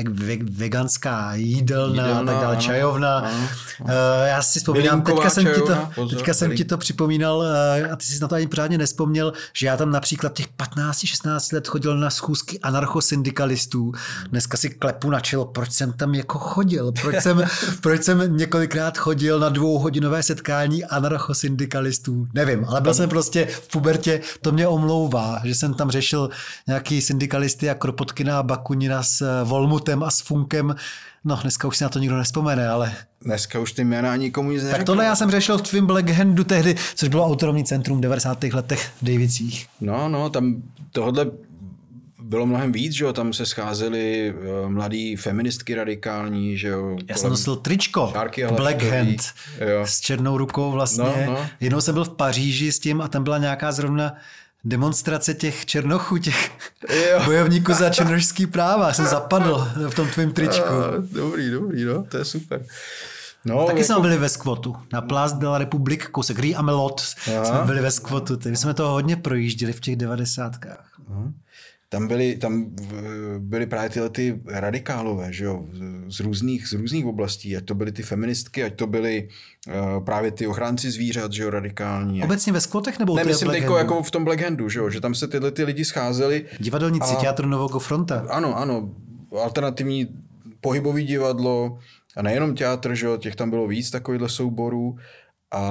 Speaker 3: veganská jídelna, jídelna tak dále, čajovna. Ano, ano. Já si vzpomínám, teďka jsem, čajovna, ti, to, pozor, teďka jsem ti to připomínal a ty jsi na to ani pořádně nespomněl, že já tam například těch patnáct šestnáct let chodil na schůzky anarchosyndikalistů. Dneska si klepu na čelo, proč jsem tam jako chodil, proč jsem, proč jsem několikrát chodil na dvouhodinové setkání anarchosyndikalistů. Nevím, ale byl jsem prostě v pubertě, to mě omlouvá, že jsem tam řešil nějaký syndikalisty a Kropotkina a Bakunina s Volmutem a s Funkem. No, dneska už si na to nikdo nespomene, ale...
Speaker 4: Dneska už ty jména nikomu nic neřekl.
Speaker 3: Tak tohle já jsem řešil v tvým Black Handu tehdy, což bylo autonomní centrum v devadesátých letech v Davicích.
Speaker 4: No, no, tam tohle bylo mnohem víc, že jo, tam se scházely mladí feministky radikální, že jo.
Speaker 3: Já jsem nosil tričko, Black Hand, jo. S černou rukou vlastně. No, no. Jednou jsem byl v Paříži s tím a tam byla nějaká zrovna demonstrace těch černochů, těch jo. bojovníků za černošský práva. Jsem zapadl v tom tvým tričku.
Speaker 4: A, dobrý, dobrý, no, to je super. No,
Speaker 3: taky
Speaker 4: jako...
Speaker 3: jsme byli ve skvotu. Na Place de la République, kousek Rue Amelot, jsme byli ve skvotu. Takže jsme to hodně projížděli v těch devadesátkách.
Speaker 4: Aha. Tam byly, tam byly právě tyhle ty radikálové, že jo, z různých, z různých oblastí, ať to byly ty feministky, ať to byly uh, právě ty ochránci zvířat, že jo, radikální.
Speaker 3: Obecně ve skvotech nebo
Speaker 4: ne, myslím jako, jako v tom Black Handu, že jo, že tam se tyhle ty lidi scházeli.
Speaker 3: Divadelníci, a... Teatr Nového fronta.
Speaker 4: Ano, ano, alternativní pohybový divadlo a nejenom teatr, že jo, těch tam bylo víc takovýchhle souborů. A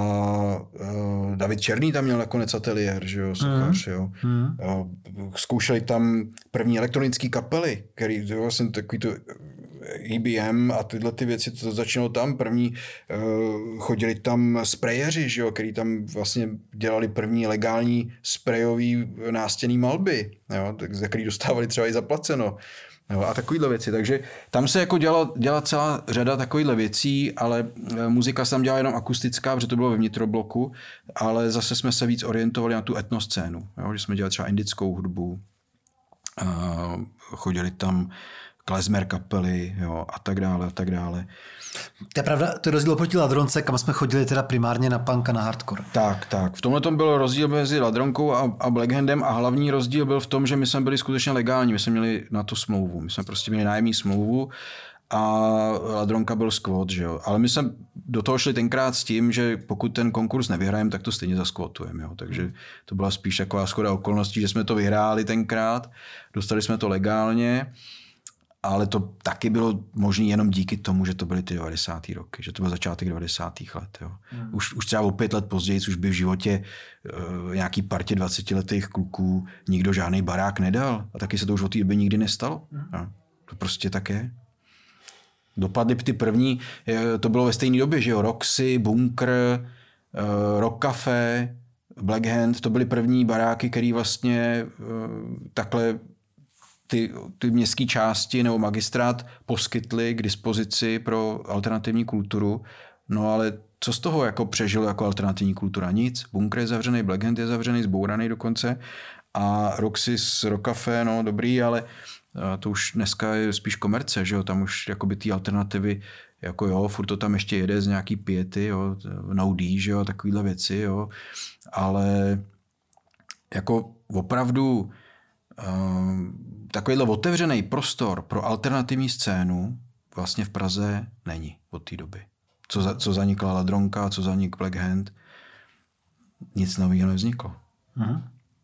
Speaker 4: uh, David Černý tam měl nakonec ateliér, že jo, sochař, jo. Hmm. Uh, zkoušeli tam první elektronické kapely, který vlastně takový to E B M a tyhle ty věci, to začínalo tam. První uh, chodili tam sprejeři, že jo, který tam vlastně dělali první legální sprejový nástěnný malby, jo, za který dostávali třeba i zaplaceno. No, a takovýhle věci, takže tam se jako dělala, dělala celá řada takovýchhle věcí, ale muzika se tam dělala jenom akustická, protože to bylo ve vnitrobloku, ale zase jsme se víc orientovali na tu etnoscénu, jo, že jsme dělali třeba indickou hudbu, uh, chodili tam klezmer kapely, jo, a tak dále, a tak dále.
Speaker 3: To je pravda, to je rozdíl proti ladronce, kam jsme chodili teda primárně na punk a na hardcore.
Speaker 4: Tak, tak. V tomhle tom byl rozdíl mezi ladronkou a, a Black Handem a hlavní rozdíl byl v tom, že my jsme byli skutečně legální, my jsme měli na to smlouvu, my jsme prostě měli nájemní smlouvu a Ladronka byl squat, že jo. Ale my jsme do toho šli tenkrát s tím, že pokud ten konkurs nevyhrajeme, tak to stejně zasquatujeme, jo. Takže to byla spíš taková shoda okolností, že jsme to vyhráli tenkrát, dostali jsme to legálně, ale to taky bylo možné jenom díky tomu, že to byly ty devadesátý roky, že to byl začátek devadesátých let. Jo. Hmm. Už, už třeba o pět let později, už by v životě uh, nějaký partě dvacetiletých kluků nikdo žádný barák nedal. A taky se to už od té doby nikdy nestalo. Hmm. Jo. To prostě tak je. Dopadly ty první, to bylo ve stejné době, že jo, Roxy, Bunkr, uh, Rock Café, Black Hand, to byly první baráky, které vlastně uh, takhle ty, ty městské části nebo magistrát poskytli k dispozici pro alternativní kulturu. No ale co z toho jako přežilo jako alternativní kultura? Nic. Bunkr je zavřený, Black Hand je zavřený, zbouraný dokonce a Roxy s Rock Café, no dobrý, ale to už dneska je spíš komerce, že jo, tam už jakoby ty alternativy, jako jo, furt to tam ještě jede z nějaký Piety, jo, Naudí, že jo, takovýhle věci, jo, ale jako opravdu um, takovýhle otevřený prostor pro alternativní scénu vlastně v Praze není od té doby. Co, za, co zanikla Ladronka, co zanik Black Hand, nic nového nevzniklo.
Speaker 3: Mhm.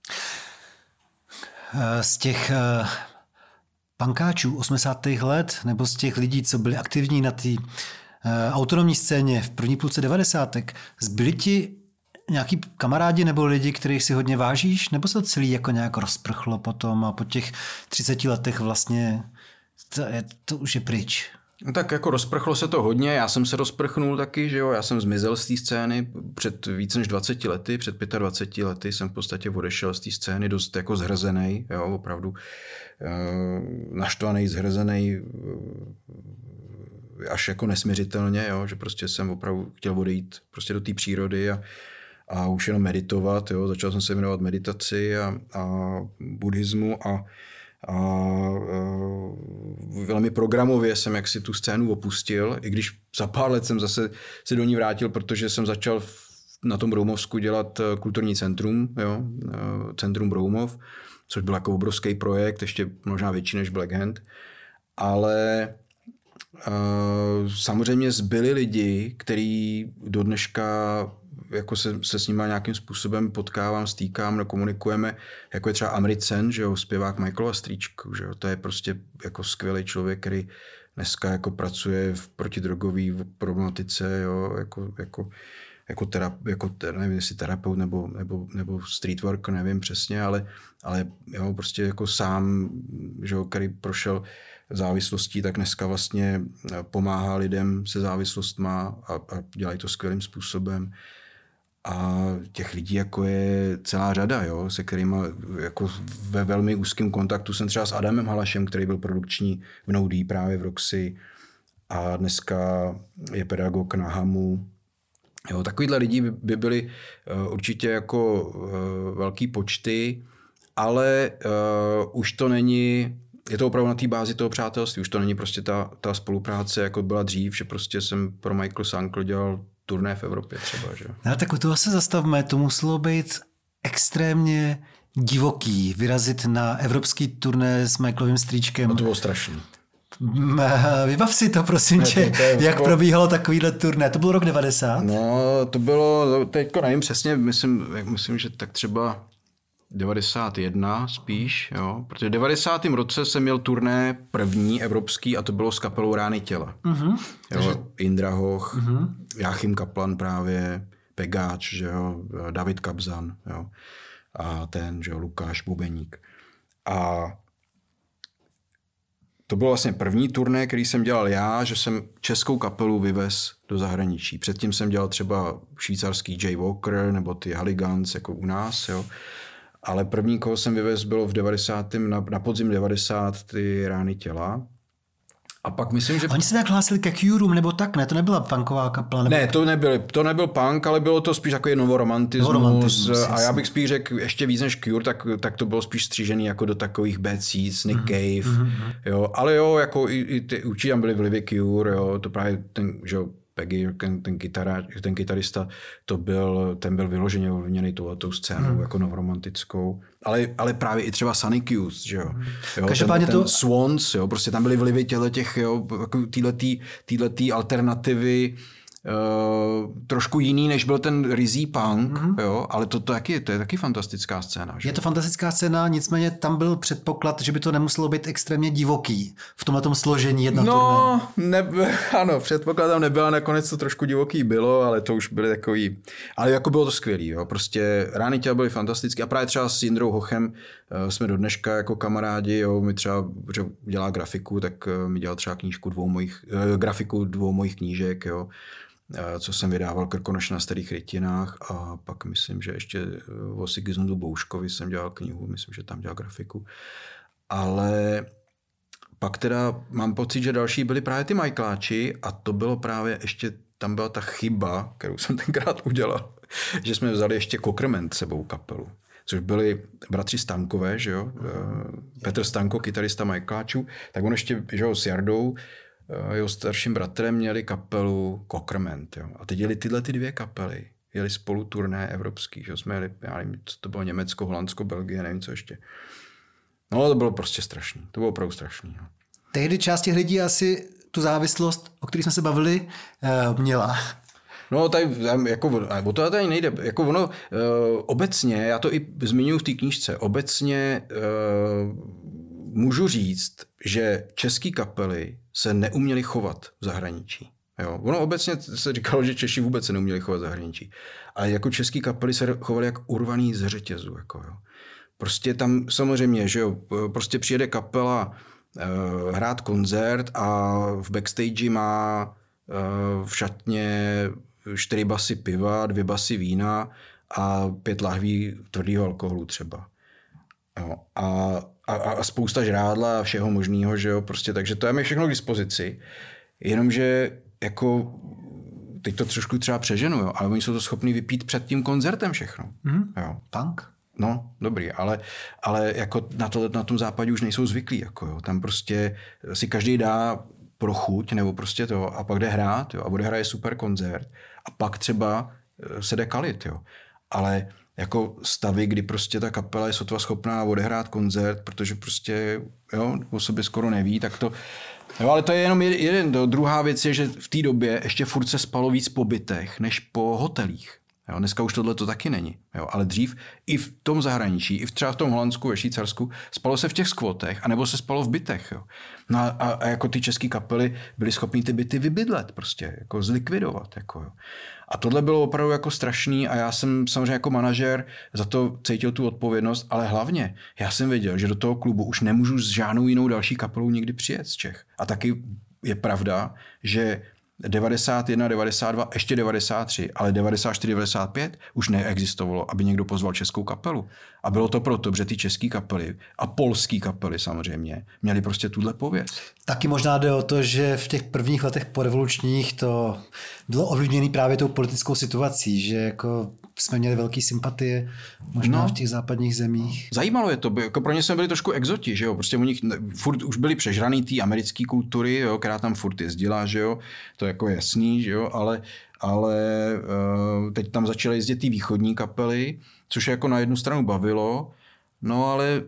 Speaker 3: Z těch punkáčů osmdesátých let nebo z těch lidí, co byli aktivní na té uh, autonomní scéně v první půlce devadesátek, zbyli ti nějaký kamarádi nebo lidi, kterých si hodně vážíš, nebo se to celý jako nějak rozprchlo potom a po těch třiceti letech vlastně to, je, to už je pryč?
Speaker 4: No tak jako rozprchlo se to hodně, já jsem se rozprchnul taky, že jo, já jsem zmizel z té scény před více než dvaceti lety, před dvaceti pěti lety jsem v podstatě odešel z té scény dost jako zhrzenej, jo, opravdu naštvaný, zhrzený, až jako nesměřitelně, jo, že prostě jsem opravdu chtěl odejít prostě do té přírody a, a už jenom meditovat, jo, začal jsem se věnovat meditaci a, a buddhismu a A uh, velmi programově jsem jaksi tu scénu opustil, i když za pár let jsem zase se do ní vrátil, protože jsem začal v, na tom Broumovsku dělat kulturní centrum, jo, uh, Centrum Broumov, což byl jako obrovský projekt, ještě možná větší než Black Hand, ale uh, samozřejmě zbyli lidi, kteří do dneška jako se, se s nima nějakým způsobem potkávám, stýkám, no, komunikujeme, jako je třeba Amrit Sen, že jo, zpěvák Michaelova strýčku, že jo, to je prostě jako skvělý člověk, který dneska jako pracuje v protidrogové problematice, jo, jako, jako, jako, terap, jako nevím, jestli terapeut nebo, nebo, nebo street work, nevím přesně, ale, ale jo, prostě jako sám, že jo, který prošel závislostí, tak dneska vlastně pomáhá lidem se závislostma a, a dělají to skvělým způsobem. A těch lidí jako je celá řada, jo, se kterými jako ve velmi úzkém kontaktu jsem třeba s Adamem Halašem, který byl produkční v Noudí právě v Roxy a dneska je pedagog na Hamu. Jo, takovýhle lidi by, by byly uh, určitě jako uh, velký počty, ale uh, už to není, je to opravdu na té bázi toho přátelství, už to není prostě ta, ta spolupráce, jako byla dřív, že prostě jsem pro Michael Sankl dělal turné v Evropě třeba, že?
Speaker 3: No, tak u toho se zastavme, to muselo být extrémně divoký, vyrazit na evropský turné s Michaelovým strýčkem.
Speaker 4: No to bylo strašný.
Speaker 3: Vybav si to, prosím tě, to, to jak jako... probíhalo takovýhle turné. To byl rok devadesát?
Speaker 4: No, to bylo, teďko nevím přesně, myslím, myslím, že tak třeba devadesát jedna spíš, jo, protože v devadesátém roce jsem měl turné první evropský a to bylo s kapelou Rány těla. Uh-huh. Jo, Indra Hoch, uh-huh. Jáchym Kaplan právě, Pegáč, že jo, David Kabzan, jo, a ten, že jo, Lukáš Bubeník. A to bylo vlastně první turné, který jsem dělal já, že jsem českou kapelu vyvez do zahraničí. Předtím jsem dělal třeba švýcarský Jay Walker nebo ty Haligans jako u nás, jo. Ale první, koho jsem vyvez, bylo v devadesátém Na, na podzim devadesát ty Rány těla. A pak myslím, že...
Speaker 3: Oni se tak hlásili ke Curum, nebo tak, ne? To nebyla punková kapela? Nebo...
Speaker 4: Ne, to, nebyl, to nebyl punk, ale bylo to spíš takový novoromantismus. novoromantismus a já bych spíš řekl ještě víc než Cure, tak, tak to bylo spíš střížený jako do takových Bad Seeds, Nick Cave. Mm-hmm. Jo, ale jo, jako i, i ty, určitě tam byly vlivy Cure, jo, to právě ten, že jo, Peggy, ten, ten, kytara, ten kytarista, to byl, ten byl vyloženě ovlivněný touhletou scénou, hmm. jako novoromantickou. Ale, ale právě i třeba Sonic Youth, že jo. jo
Speaker 3: Každopádně
Speaker 4: ten, ten
Speaker 3: to...
Speaker 4: Swans, jo, prostě tam byly vlivy těch, jo, jako týhletý alternativy, Uh, trošku jiný, než byl ten rizí punk, mm-hmm. jo, ale to, to, taky, to je taky fantastická scéna. Že?
Speaker 3: Je to fantastická scéna, nicméně tam byl předpoklad, že by to nemuselo být extrémně divoký v tomhletom složení jedna
Speaker 4: No, ne, ano, předpoklad tam nebyla, nakonec to trošku divoký bylo, ale to už byly takový, ale jako bylo to skvělý, jo, prostě Rány těla byly fantastické a právě třeba s Jindrou Hochem uh, jsme do dneška jako kamarádi, jo, my třeba, protože dělá grafiku, tak uh, mi dělal třeba knížku dvou mojich, uh, grafiku dvou mojich knížek, jo, co jsem vydával Krkonoš na starých rytinách a pak myslím, že ještě o Sigismundu Bouškovi jsem dělal knihu, myslím, že tam dělal grafiku. Ale pak teda mám pocit, že další byli právě ty Michaeláči a to bylo právě ještě, tam byla ta chyba, kterou jsem tenkrát udělal, že jsme vzali ještě Cockerman sebou kapelu, což byli bratři Stankové, že jo, Petr Stanko, kytarista Michaeláčů, tak on ještě, že jo, s Jardou, jeho starším bratrem měli kapelu Cockerman. Jo. A teď jeli tyhle ty dvě kapely. Jeli spolu turné evropský. Že jsme jeli, já nevím, co to bylo, Německo, Holandsko, Belgie, nevím, co ještě. No to bylo prostě strašný. To bylo opravdu strašný. Jo.
Speaker 3: Tehdy část těch lidí asi tu závislost, o které jsme se bavili, měla.
Speaker 4: No tady, jako, o to tady nejde. Jako ono, obecně, já to i zmiňuji v té knížce, obecně můžu říct, že český kapely se neuměli chovat v zahraničí. Jo. Ono obecně se říkalo, že Češi vůbec se neuměli chovat v zahraničí. Ale jako český kapely se chovali jak urvaný z řetězu. Jako, jo. Prostě tam samozřejmě, že jo, prostě přijede kapela uh, hrát koncert a v backstage má uh, v šatně čtyři basy piva, dvě basy vína a pět lahví tvrdého alkoholu třeba. Jo. A A, a spousta žrádla a všeho možného, že jo, prostě, takže to je všechno k dispozici, jenomže jako, teď to trošku třeba přeženu, jo, ale oni jsou to schopní vypít před tím koncertem všechno.
Speaker 3: Mm-hmm.
Speaker 4: Jo.
Speaker 3: Punk?
Speaker 4: No, dobrý, ale, ale jako na, to, na tom západě už nejsou zvyklí, jako jo, tam prostě si každý dá pro chuť, nebo prostě to, a pak jde hrát, jo, a odehraje super koncert, a pak třeba se jde kalit, jo, ale jako stavy, kdy prostě ta kapela je sotva schopná odehrát koncert, protože prostě jo, o sobě skoro neví, tak to... Jo, ale to je jenom jeden. Druhá věc je, že v té době ještě furt se spalo víc po bytech, než po hotelích. Jo, dneska už tohle to taky není. Jo, ale dřív i v tom zahraničí, i v třeba v tom Holandsku, ve Švýcarsku, spalo se v těch skvotech, anebo se spalo v bytech. Jo. No a, a jako ty české kapely byly schopní ty byty vybydlet, prostě, jako zlikvidovat. Jako, jo. A tohle bylo opravdu jako strašný a já jsem samozřejmě jako manažer za to cítil tu odpovědnost, ale hlavně já jsem věděl, že do toho klubu už nemůžu s žádnou jinou další kapelou nikdy přijet z Čech. A taky je pravda, že devadesát jedna, devadesát dva, ještě devadesát tři, ale devadesát čtyři, devadesát pět už neexistovalo, aby někdo pozval českou kapelu. A bylo to proto, že ty české kapely a polské kapely samozřejmě měly prostě tuhle pověst.
Speaker 3: Taky možná jde o to, že v těch prvních letech porevolučních to bylo ovlivněné právě tou politickou situací, že jako jsme měli velký sympatie možná
Speaker 4: no,
Speaker 3: v těch západních zemích.
Speaker 4: Zajímalo je to, jako pro ně jsme byli trošku exoti, že jo, prostě u nich furt už byli přežraný té americké kultury, jo, která tam furt jezdila, že jo, to je jako jasný, že jo, ale, ale uh, teď tam začaly jezdit ty východní kapely, což je jako na jednu stranu bavilo, no ale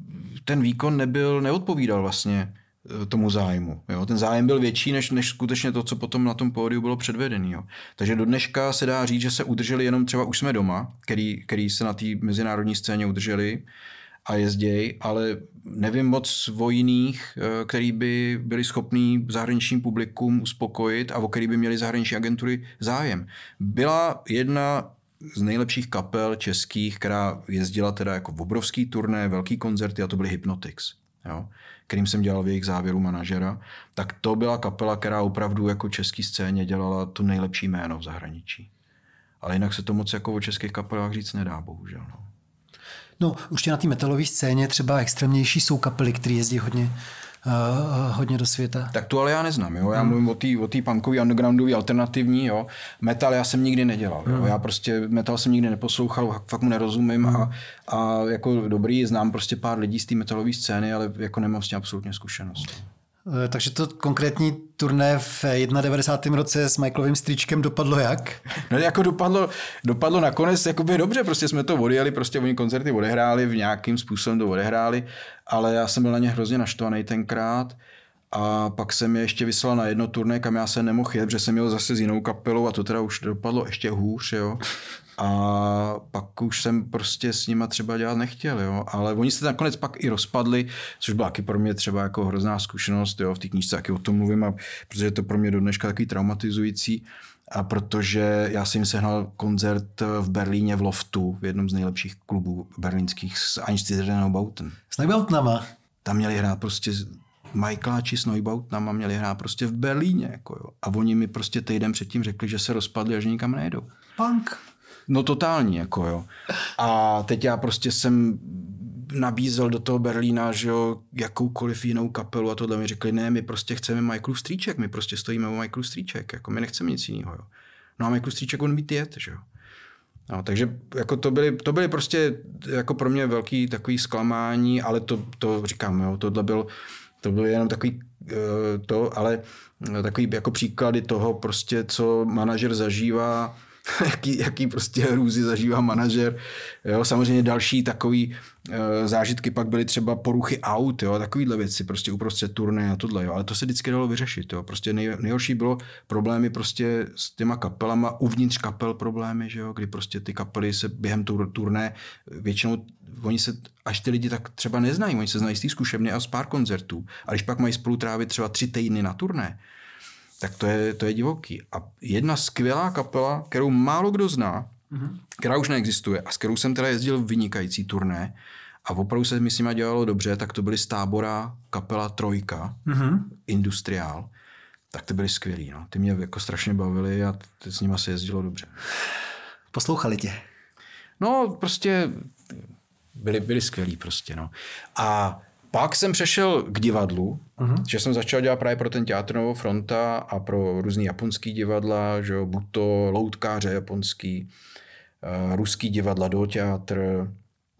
Speaker 4: ten výkon nebyl, neodpovídal vlastně tomu zájmu. Jo. Ten zájem byl větší, než, než skutečně to, co potom na tom pódiu bylo předvedený. Jo. Takže do dneška se dá říct, že se udrželi jenom třeba Už jsme doma, který, který se na té mezinárodní scéně udrželi a jezdějí, ale nevím moc o jiných, který by byli schopní zahraničním publikum uspokojit a o který by měli zahraniční agentury zájem. Byla jedna z nejlepších kapel českých, která jezdila teda jako v obrovský turné, velký koncerty, a to byly Hypnotics, jo, kterým jsem dělal v jejich závěru manažera, tak to byla kapela, která opravdu jako český scéně dělala to nejlepší jméno v zahraničí. Ale jinak se to moc jako o českých kapelách říct nedá, bohužel. No,
Speaker 3: no určitě na té metalové scéně třeba extrémnější jsou kapely, které jezdí hodně, uh, hodně do světa.
Speaker 4: Tak to ale já neznám. Jo? Já hmm. mluvím o té o té punkový, undergroundový, alternativní. Jo? Metal já jsem nikdy nedělal. Hmm. Jo? Já prostě metal jsem nikdy neposlouchal, fakt mu nerozumím hmm. a, a jako dobrý, znám prostě pár lidí z té metalové scény, ale jako nemám s tím absolutně zkušenost.
Speaker 3: Takže to konkrétní turné v devadesátém prvním roce s Michaelovým strýčkem dopadlo jak?
Speaker 4: No jako dopadlo, dopadlo nakonec jakoby dobře, prostě jsme to odjeli, prostě oni koncerty odehráli, v nějakým způsobem to odehráli, ale já jsem byl na ně hrozně naštvaný tenkrát a pak jsem je ještě vyslal na jedno turné, kam já se nemohl jet, protože jsem jel zase s jinou kapelou a to teda už dopadlo ještě hůř, jo. A pak už jsem prostě s nima třeba dělat nechtěl, jo. Ale oni se nakonec pak i rozpadli, což byla taky pro mě třeba jako hrozná zkušenost, jo. V té knížce taky o tom mluvím, a protože je to pro mě do dneška takový traumatizující. A protože já jsem sehnal koncert v Berlíně v Loftu, v jednom z nejlepších klubů berlínských s Einstürzenden Neubauten.
Speaker 3: S Neubautnama?
Speaker 4: Tam měli hrát prostě Michaeláči s Neubautnama měli hrát prostě v Berlíně. Jako jo. A oni mi prostě týden předtím řekli, že se rozpadli a že nikam nejedou.
Speaker 3: Punk.
Speaker 4: No totální, jako jo. A teď já prostě jsem nabízel do toho Berlína, že jo, jakoukoliv jinou kapelu a tohle mi řekli, ne, my prostě chceme Michaelův strýček, my prostě stojíme o Michaelův strýček, jako my nechceme nic jiného, jo. No a Michaelův strýček on mít jet, že jo. No, takže jako to byly, to byly prostě jako pro mě velký takový zklamání, ale to, to říkám, jo, tohle byl, to byl jenom takový uh, to, ale takový jako příklady toho prostě, co manažer zažívá, jaký, jaký prostě hrůzy zažívá manažer. Jo, samozřejmě další takový e, zážitky pak byly třeba poruchy aut, jo, takovýhle věci prostě uprostřed turné a tohle, jo, ale to se vždycky dalo vyřešit, jo. Prostě nej, nejhorší bylo problémy prostě s těma kapelama, uvnitř kapel problémy, že jo, kdy prostě ty kapely se během tur, turné většinou oni se, až ty lidi tak třeba neznají, oni se znají z té zkušebny a z pár koncertů, a když pak mají spolu trávit třeba tři týdny na turné, tak to je, to je divoký. A jedna skvělá kapela, kterou málo kdo zná, mm-hmm. která už neexistuje a s kterou jsem teda jezdil v vynikající turné a opravdu se mi s nima dělalo dobře, tak to byly z Tábora kapela Trojka, mm-hmm. Industriál. Tak ty byly skvělý. No. Ty mě jako strašně bavili a s nima se jezdilo dobře.
Speaker 3: Poslouchali tě?
Speaker 4: No prostě byli, byli skvělí prostě. No. A pak jsem přešel k divadlu, uh-huh. že jsem začal dělat právě pro ten Teatr Nového fronta a pro různý japonský divadla, že jo, buď to loutkáře japonský, uh, ruský divadla, do teatr,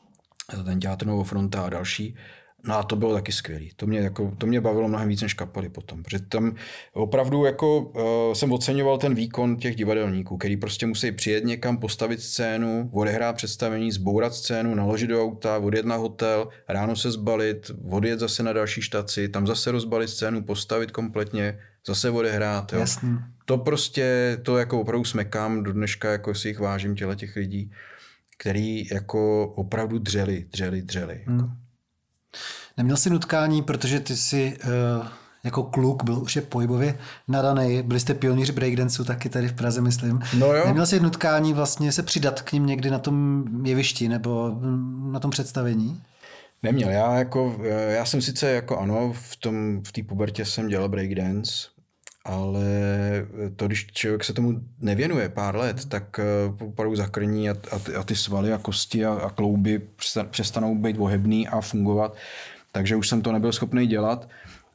Speaker 4: ten Teatr Nového fronta a další. No a to bylo taky skvělý. To mě, jako, to mě bavilo mnohem víc než kapely potom. Protože tam opravdu jako, uh, jsem oceňoval ten výkon těch divadelníků, který prostě musí přijet někam, postavit scénu, odehrát představení, zbourat scénu, naložit do auta, odjet na hotel, ráno se zbalit, odjet zase na další štaci, tam zase rozbalit scénu, postavit kompletně, zase odehrát. Jo.
Speaker 3: Jasný.
Speaker 4: To prostě, to jako opravdu smekám, do dneška jako si jich vážím, těle těch lidí, který jako opravdu dřeli, dřeli, dřeli.
Speaker 3: Hmm.
Speaker 4: Jako.
Speaker 3: Neměl jsi nutkání, protože ty jsi uh, jako kluk byl už je pohybově nadaný, byli jste pionýři breakdanceu taky tady v Praze, myslím.
Speaker 4: No jo.
Speaker 3: Neměl jsi nutkání vlastně se přidat k ním někdy na tom jevišti nebo na tom představení?
Speaker 4: Neměl. Já, jako, já jsem sice jako ano, v tom v té pubertě jsem dělal breakdance, ale to, když člověk se tomu nevěnuje pár let, tak opravdu zakrní a, a, a ty svaly a kosti a, a klouby přestanou být ohebný a fungovat. Takže už jsem to nebyl schopný dělat.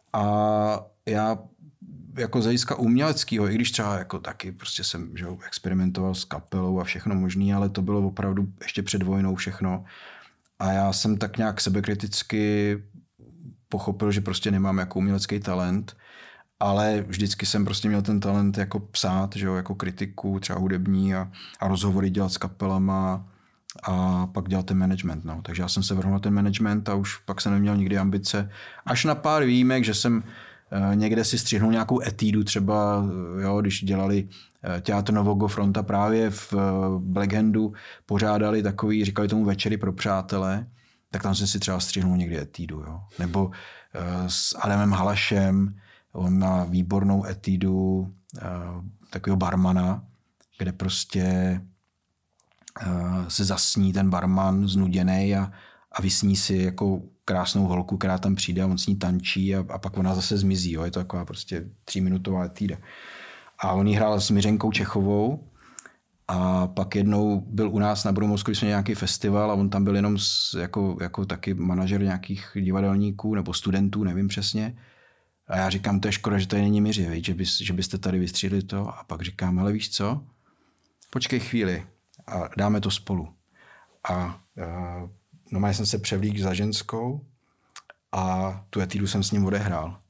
Speaker 4: A já jako z hlediska uměleckého, i když třeba jako taky prostě jsem že, experimentoval s kapelou a všechno možný, ale to bylo opravdu ještě před vojnou všechno. A já jsem tak nějak sebekriticky pochopil, že prostě nemám jako umělecký talent, ale vždycky jsem prostě měl ten talent jako psát, že jo, jako kritiku, třeba hudební a, a rozhovory dělat s kapelama a pak dělat ten management. No. Takže já jsem se vrhnul na ten management a už pak jsem neměl nikdy ambice. Až na pár výjimek, že jsem uh, někde si střihnul nějakou etídu, třeba jo, když dělali uh, Teatr Nového fronta právě v uh, Blackhandu, pořádali takový, říkali tomu večery pro přátelé, tak tam jsem si třeba střihnul někdy etídu. Jo. Nebo uh, s Adamem Halašem, on má výbornou etídu uh, takového barmana, kde prostě uh, se zasní ten barman znuděnej a, a vysní si jako krásnou holku, která tam přijde a on s ní tančí a, a pak ona zase zmizí. Jo? Je to taková prostě tříminutová etída. A on jí hrál s Miřenkou Čechovou a pak jednou byl u nás na Brumosku, když jsme nějaký festival a on tam byl jenom s, jako, jako taky manažer nějakých divadelníků nebo studentů, nevím přesně. A já říkám, to je škoda, že tady není Miři, víc, že, bys, že byste tady vystřídili to. A pak říkám, hele víš co, počkej chvíli a dáme to spolu. A, a normálně jsem se převlík za ženskou a tu etídu jsem s ním odehrál.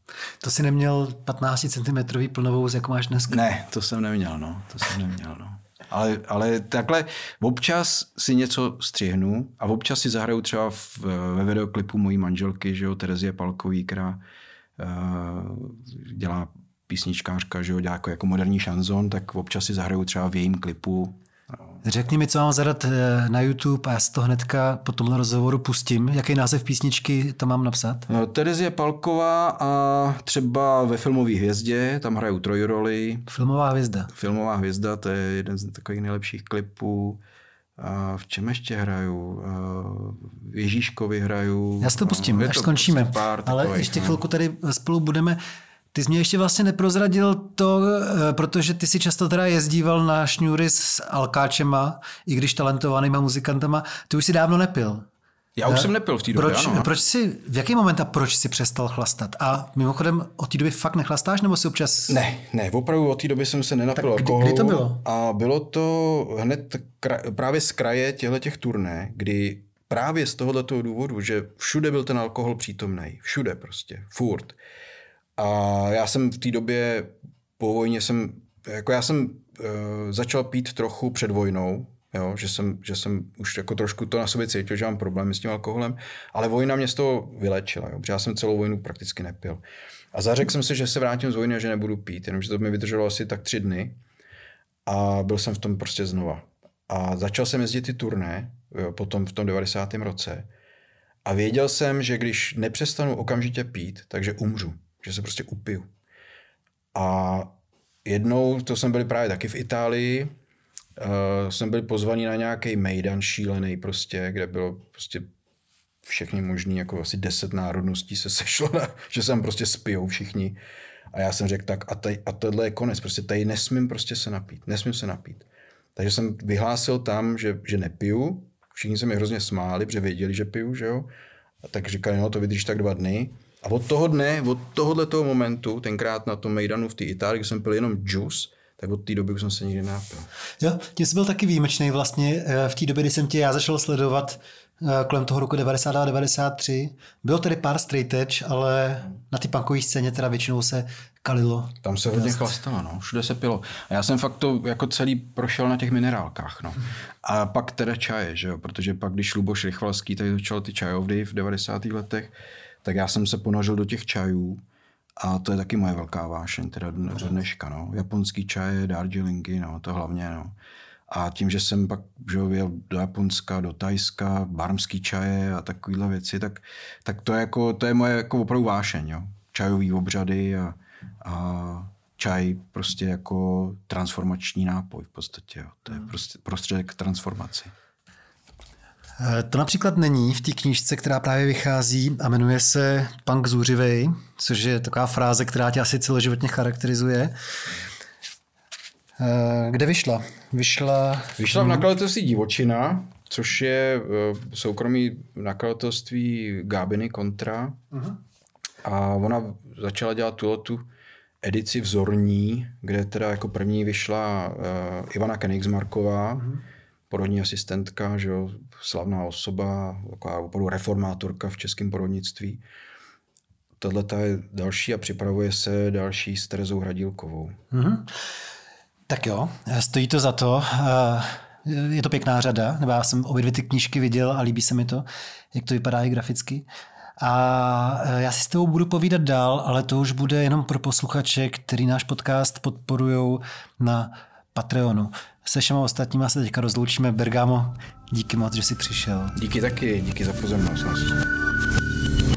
Speaker 3: To jsi neměl patnáct centimetrů plnovouz, jako máš dneska?
Speaker 4: Ne, to jsem neměl, no. To jsem neměl, no. Ale, ale takhle občas si něco střihnu a občas si zahraju třeba v, ve videoklipu mojí manželky, že jo, Terezie Palkový, která uh, dělá písničkářka, že jo, dělá jako, jako moderní šanzon, tak občas si zahraju třeba v jejím klipu.
Speaker 3: Řekni mi, co mám zadat na YouTube a já si to hnedka po tomhle rozhovoru pustím. Jaký název písničky tam mám napsat?
Speaker 4: No, Terezie Palková a třeba ve Filmové hvězdě, tam hrajou trojroli.
Speaker 3: Filmová hvězda.
Speaker 4: Filmová hvězda, to je jeden z takových nejlepších klipů. A v čem ještě hraju? V Ježíškovi hraju.
Speaker 3: Já si to pustím,
Speaker 4: no,
Speaker 3: až skončíme. Ale
Speaker 4: takových,
Speaker 3: ještě
Speaker 4: no.
Speaker 3: chvilku tady spolu budeme. Ty jsi mě ještě vlastně neprozradil to, protože ty si často teda jezdíval na šňůry s alkáčema, i když talentovanýma muzikantama. Ty už si dávno nepil.
Speaker 4: Já už jsem nepil v té době,
Speaker 3: proč,
Speaker 4: ano.
Speaker 3: Proč jsi, v jaký moment a proč jsi přestal chlastat? A mimochodem od té doby fakt nechlastáš, nebo si občas...
Speaker 4: Ne, ne, opravdu od té doby jsem se nenapil
Speaker 3: tak
Speaker 4: alkoholu.
Speaker 3: Kdy, kdy to bylo?
Speaker 4: A bylo to hned kra, právě z kraje těch turné, kdy právě z tohoto důvodu, že všude byl ten alkohol přítomný, všude prostě, furt. A já jsem v té době po vojně jsem, jako já jsem uh, začal pít trochu před vojnou, jo, že, jsem, že jsem už jako trošku to na sobě cítil, že mám problémy s tím alkoholem, ale vojna mě z toho vylečila, jo, protože já jsem celou vojnu prakticky nepil. A zařekl jsem se, že se vrátím z vojny a že nebudu pít, jenomže to mi vydrželo asi tak tři dny a byl jsem v tom prostě znova. A začal jsem jezdit ty turné, jo, potom v tom devadesátém roce a věděl jsem, že když nepřestanu okamžitě pít, takže umřu. Že se prostě upiju. A jednou, to jsme byli právě taky v Itálii, uh, jsme byli pozvaní na nějaký mejdan šílený prostě, kde bylo prostě všechny možný, jako asi deset národností se sešlo, na, že se tam prostě spijou všichni. A já jsem řekl tak, a, tady, a tohle je konec, prostě tady nesmím prostě se napít, nesmím se napít. Takže jsem vyhlásil tam, že, že nepiju, všichni se mi hrozně smáli, protože věděli, že piju, že jo. A tak říkali, no to vydrží tak dva dny. A od toho dne, od tohoto momentu, tenkrát na tom mejdanu v té Itálii, když jsem pil jenom džus, tak od té doby už jsem se nikdy nenapil.
Speaker 3: Jo, ty jsi byl taky výjimečný vlastně v té době, kdy jsem tě já začal sledovat kolem toho roku devadesát dva devadesát tři. Bylo tedy pár straight edge, ale na ty punkové scéně teda většinou se kalilo.
Speaker 4: Tam se hodně chlastalo, no. Všude se pilo. A já jsem fakt to jako celý prošel na těch minerálkách, no. A pak teda čaje, že jo, protože pak, když Luboš Rychvalský tady začal ty čajovny v devadesátých letech, tak já jsem se ponořil do těch čajů a to je taky moje velká vášeň, teda do dneška, no. Japonský čaje, Darjeelingy, no, to hlavně, no. A tím, že jsem pak že jel do Japonska, do Thajska, barmský čaje a takovýhle věci, tak, tak to, je jako, to je moje jako opravdu vášeň, jo. Čajový obřady a, a čaj prostě jako transformační nápoj v podstatě, jo. To je prostě prostředek k transformaci.
Speaker 3: To například není v té knížce, která právě vychází a jmenuje se Punk zůřivej, což je taková fráze, která tě asi celoživotně charakterizuje. Kde vyšla? Vyšla,
Speaker 4: vyšla v nakladatelství Divočina, což je soukromý nakladatelství Gábiny Kontra. Uh-huh. A ona začala dělat tu edici vzorní, kde teda jako první vyšla uh, Ivana Königsmarková, uh-huh. porodní asistentka, že jo, slavná osoba, taková opravdu reformátorka v českém porodnictví. Tohle je další a připravuje se další s Terezou Hradílkovou.
Speaker 3: Mm-hmm. Tak jo, stojí to za to. Je to pěkná řada, nebo já jsem obě dvě ty knížky viděl a líbí se mi to, jak to vypadá i graficky. A já si s tebou budu povídat dál, ale to už bude jenom pro posluchače, který náš podcast podporujou na Patreonu. Se všema ostatníma se teďka rozloučíme. Bergamo, díky moc, že jsi přišel.
Speaker 4: Díky taky, díky za pozornost.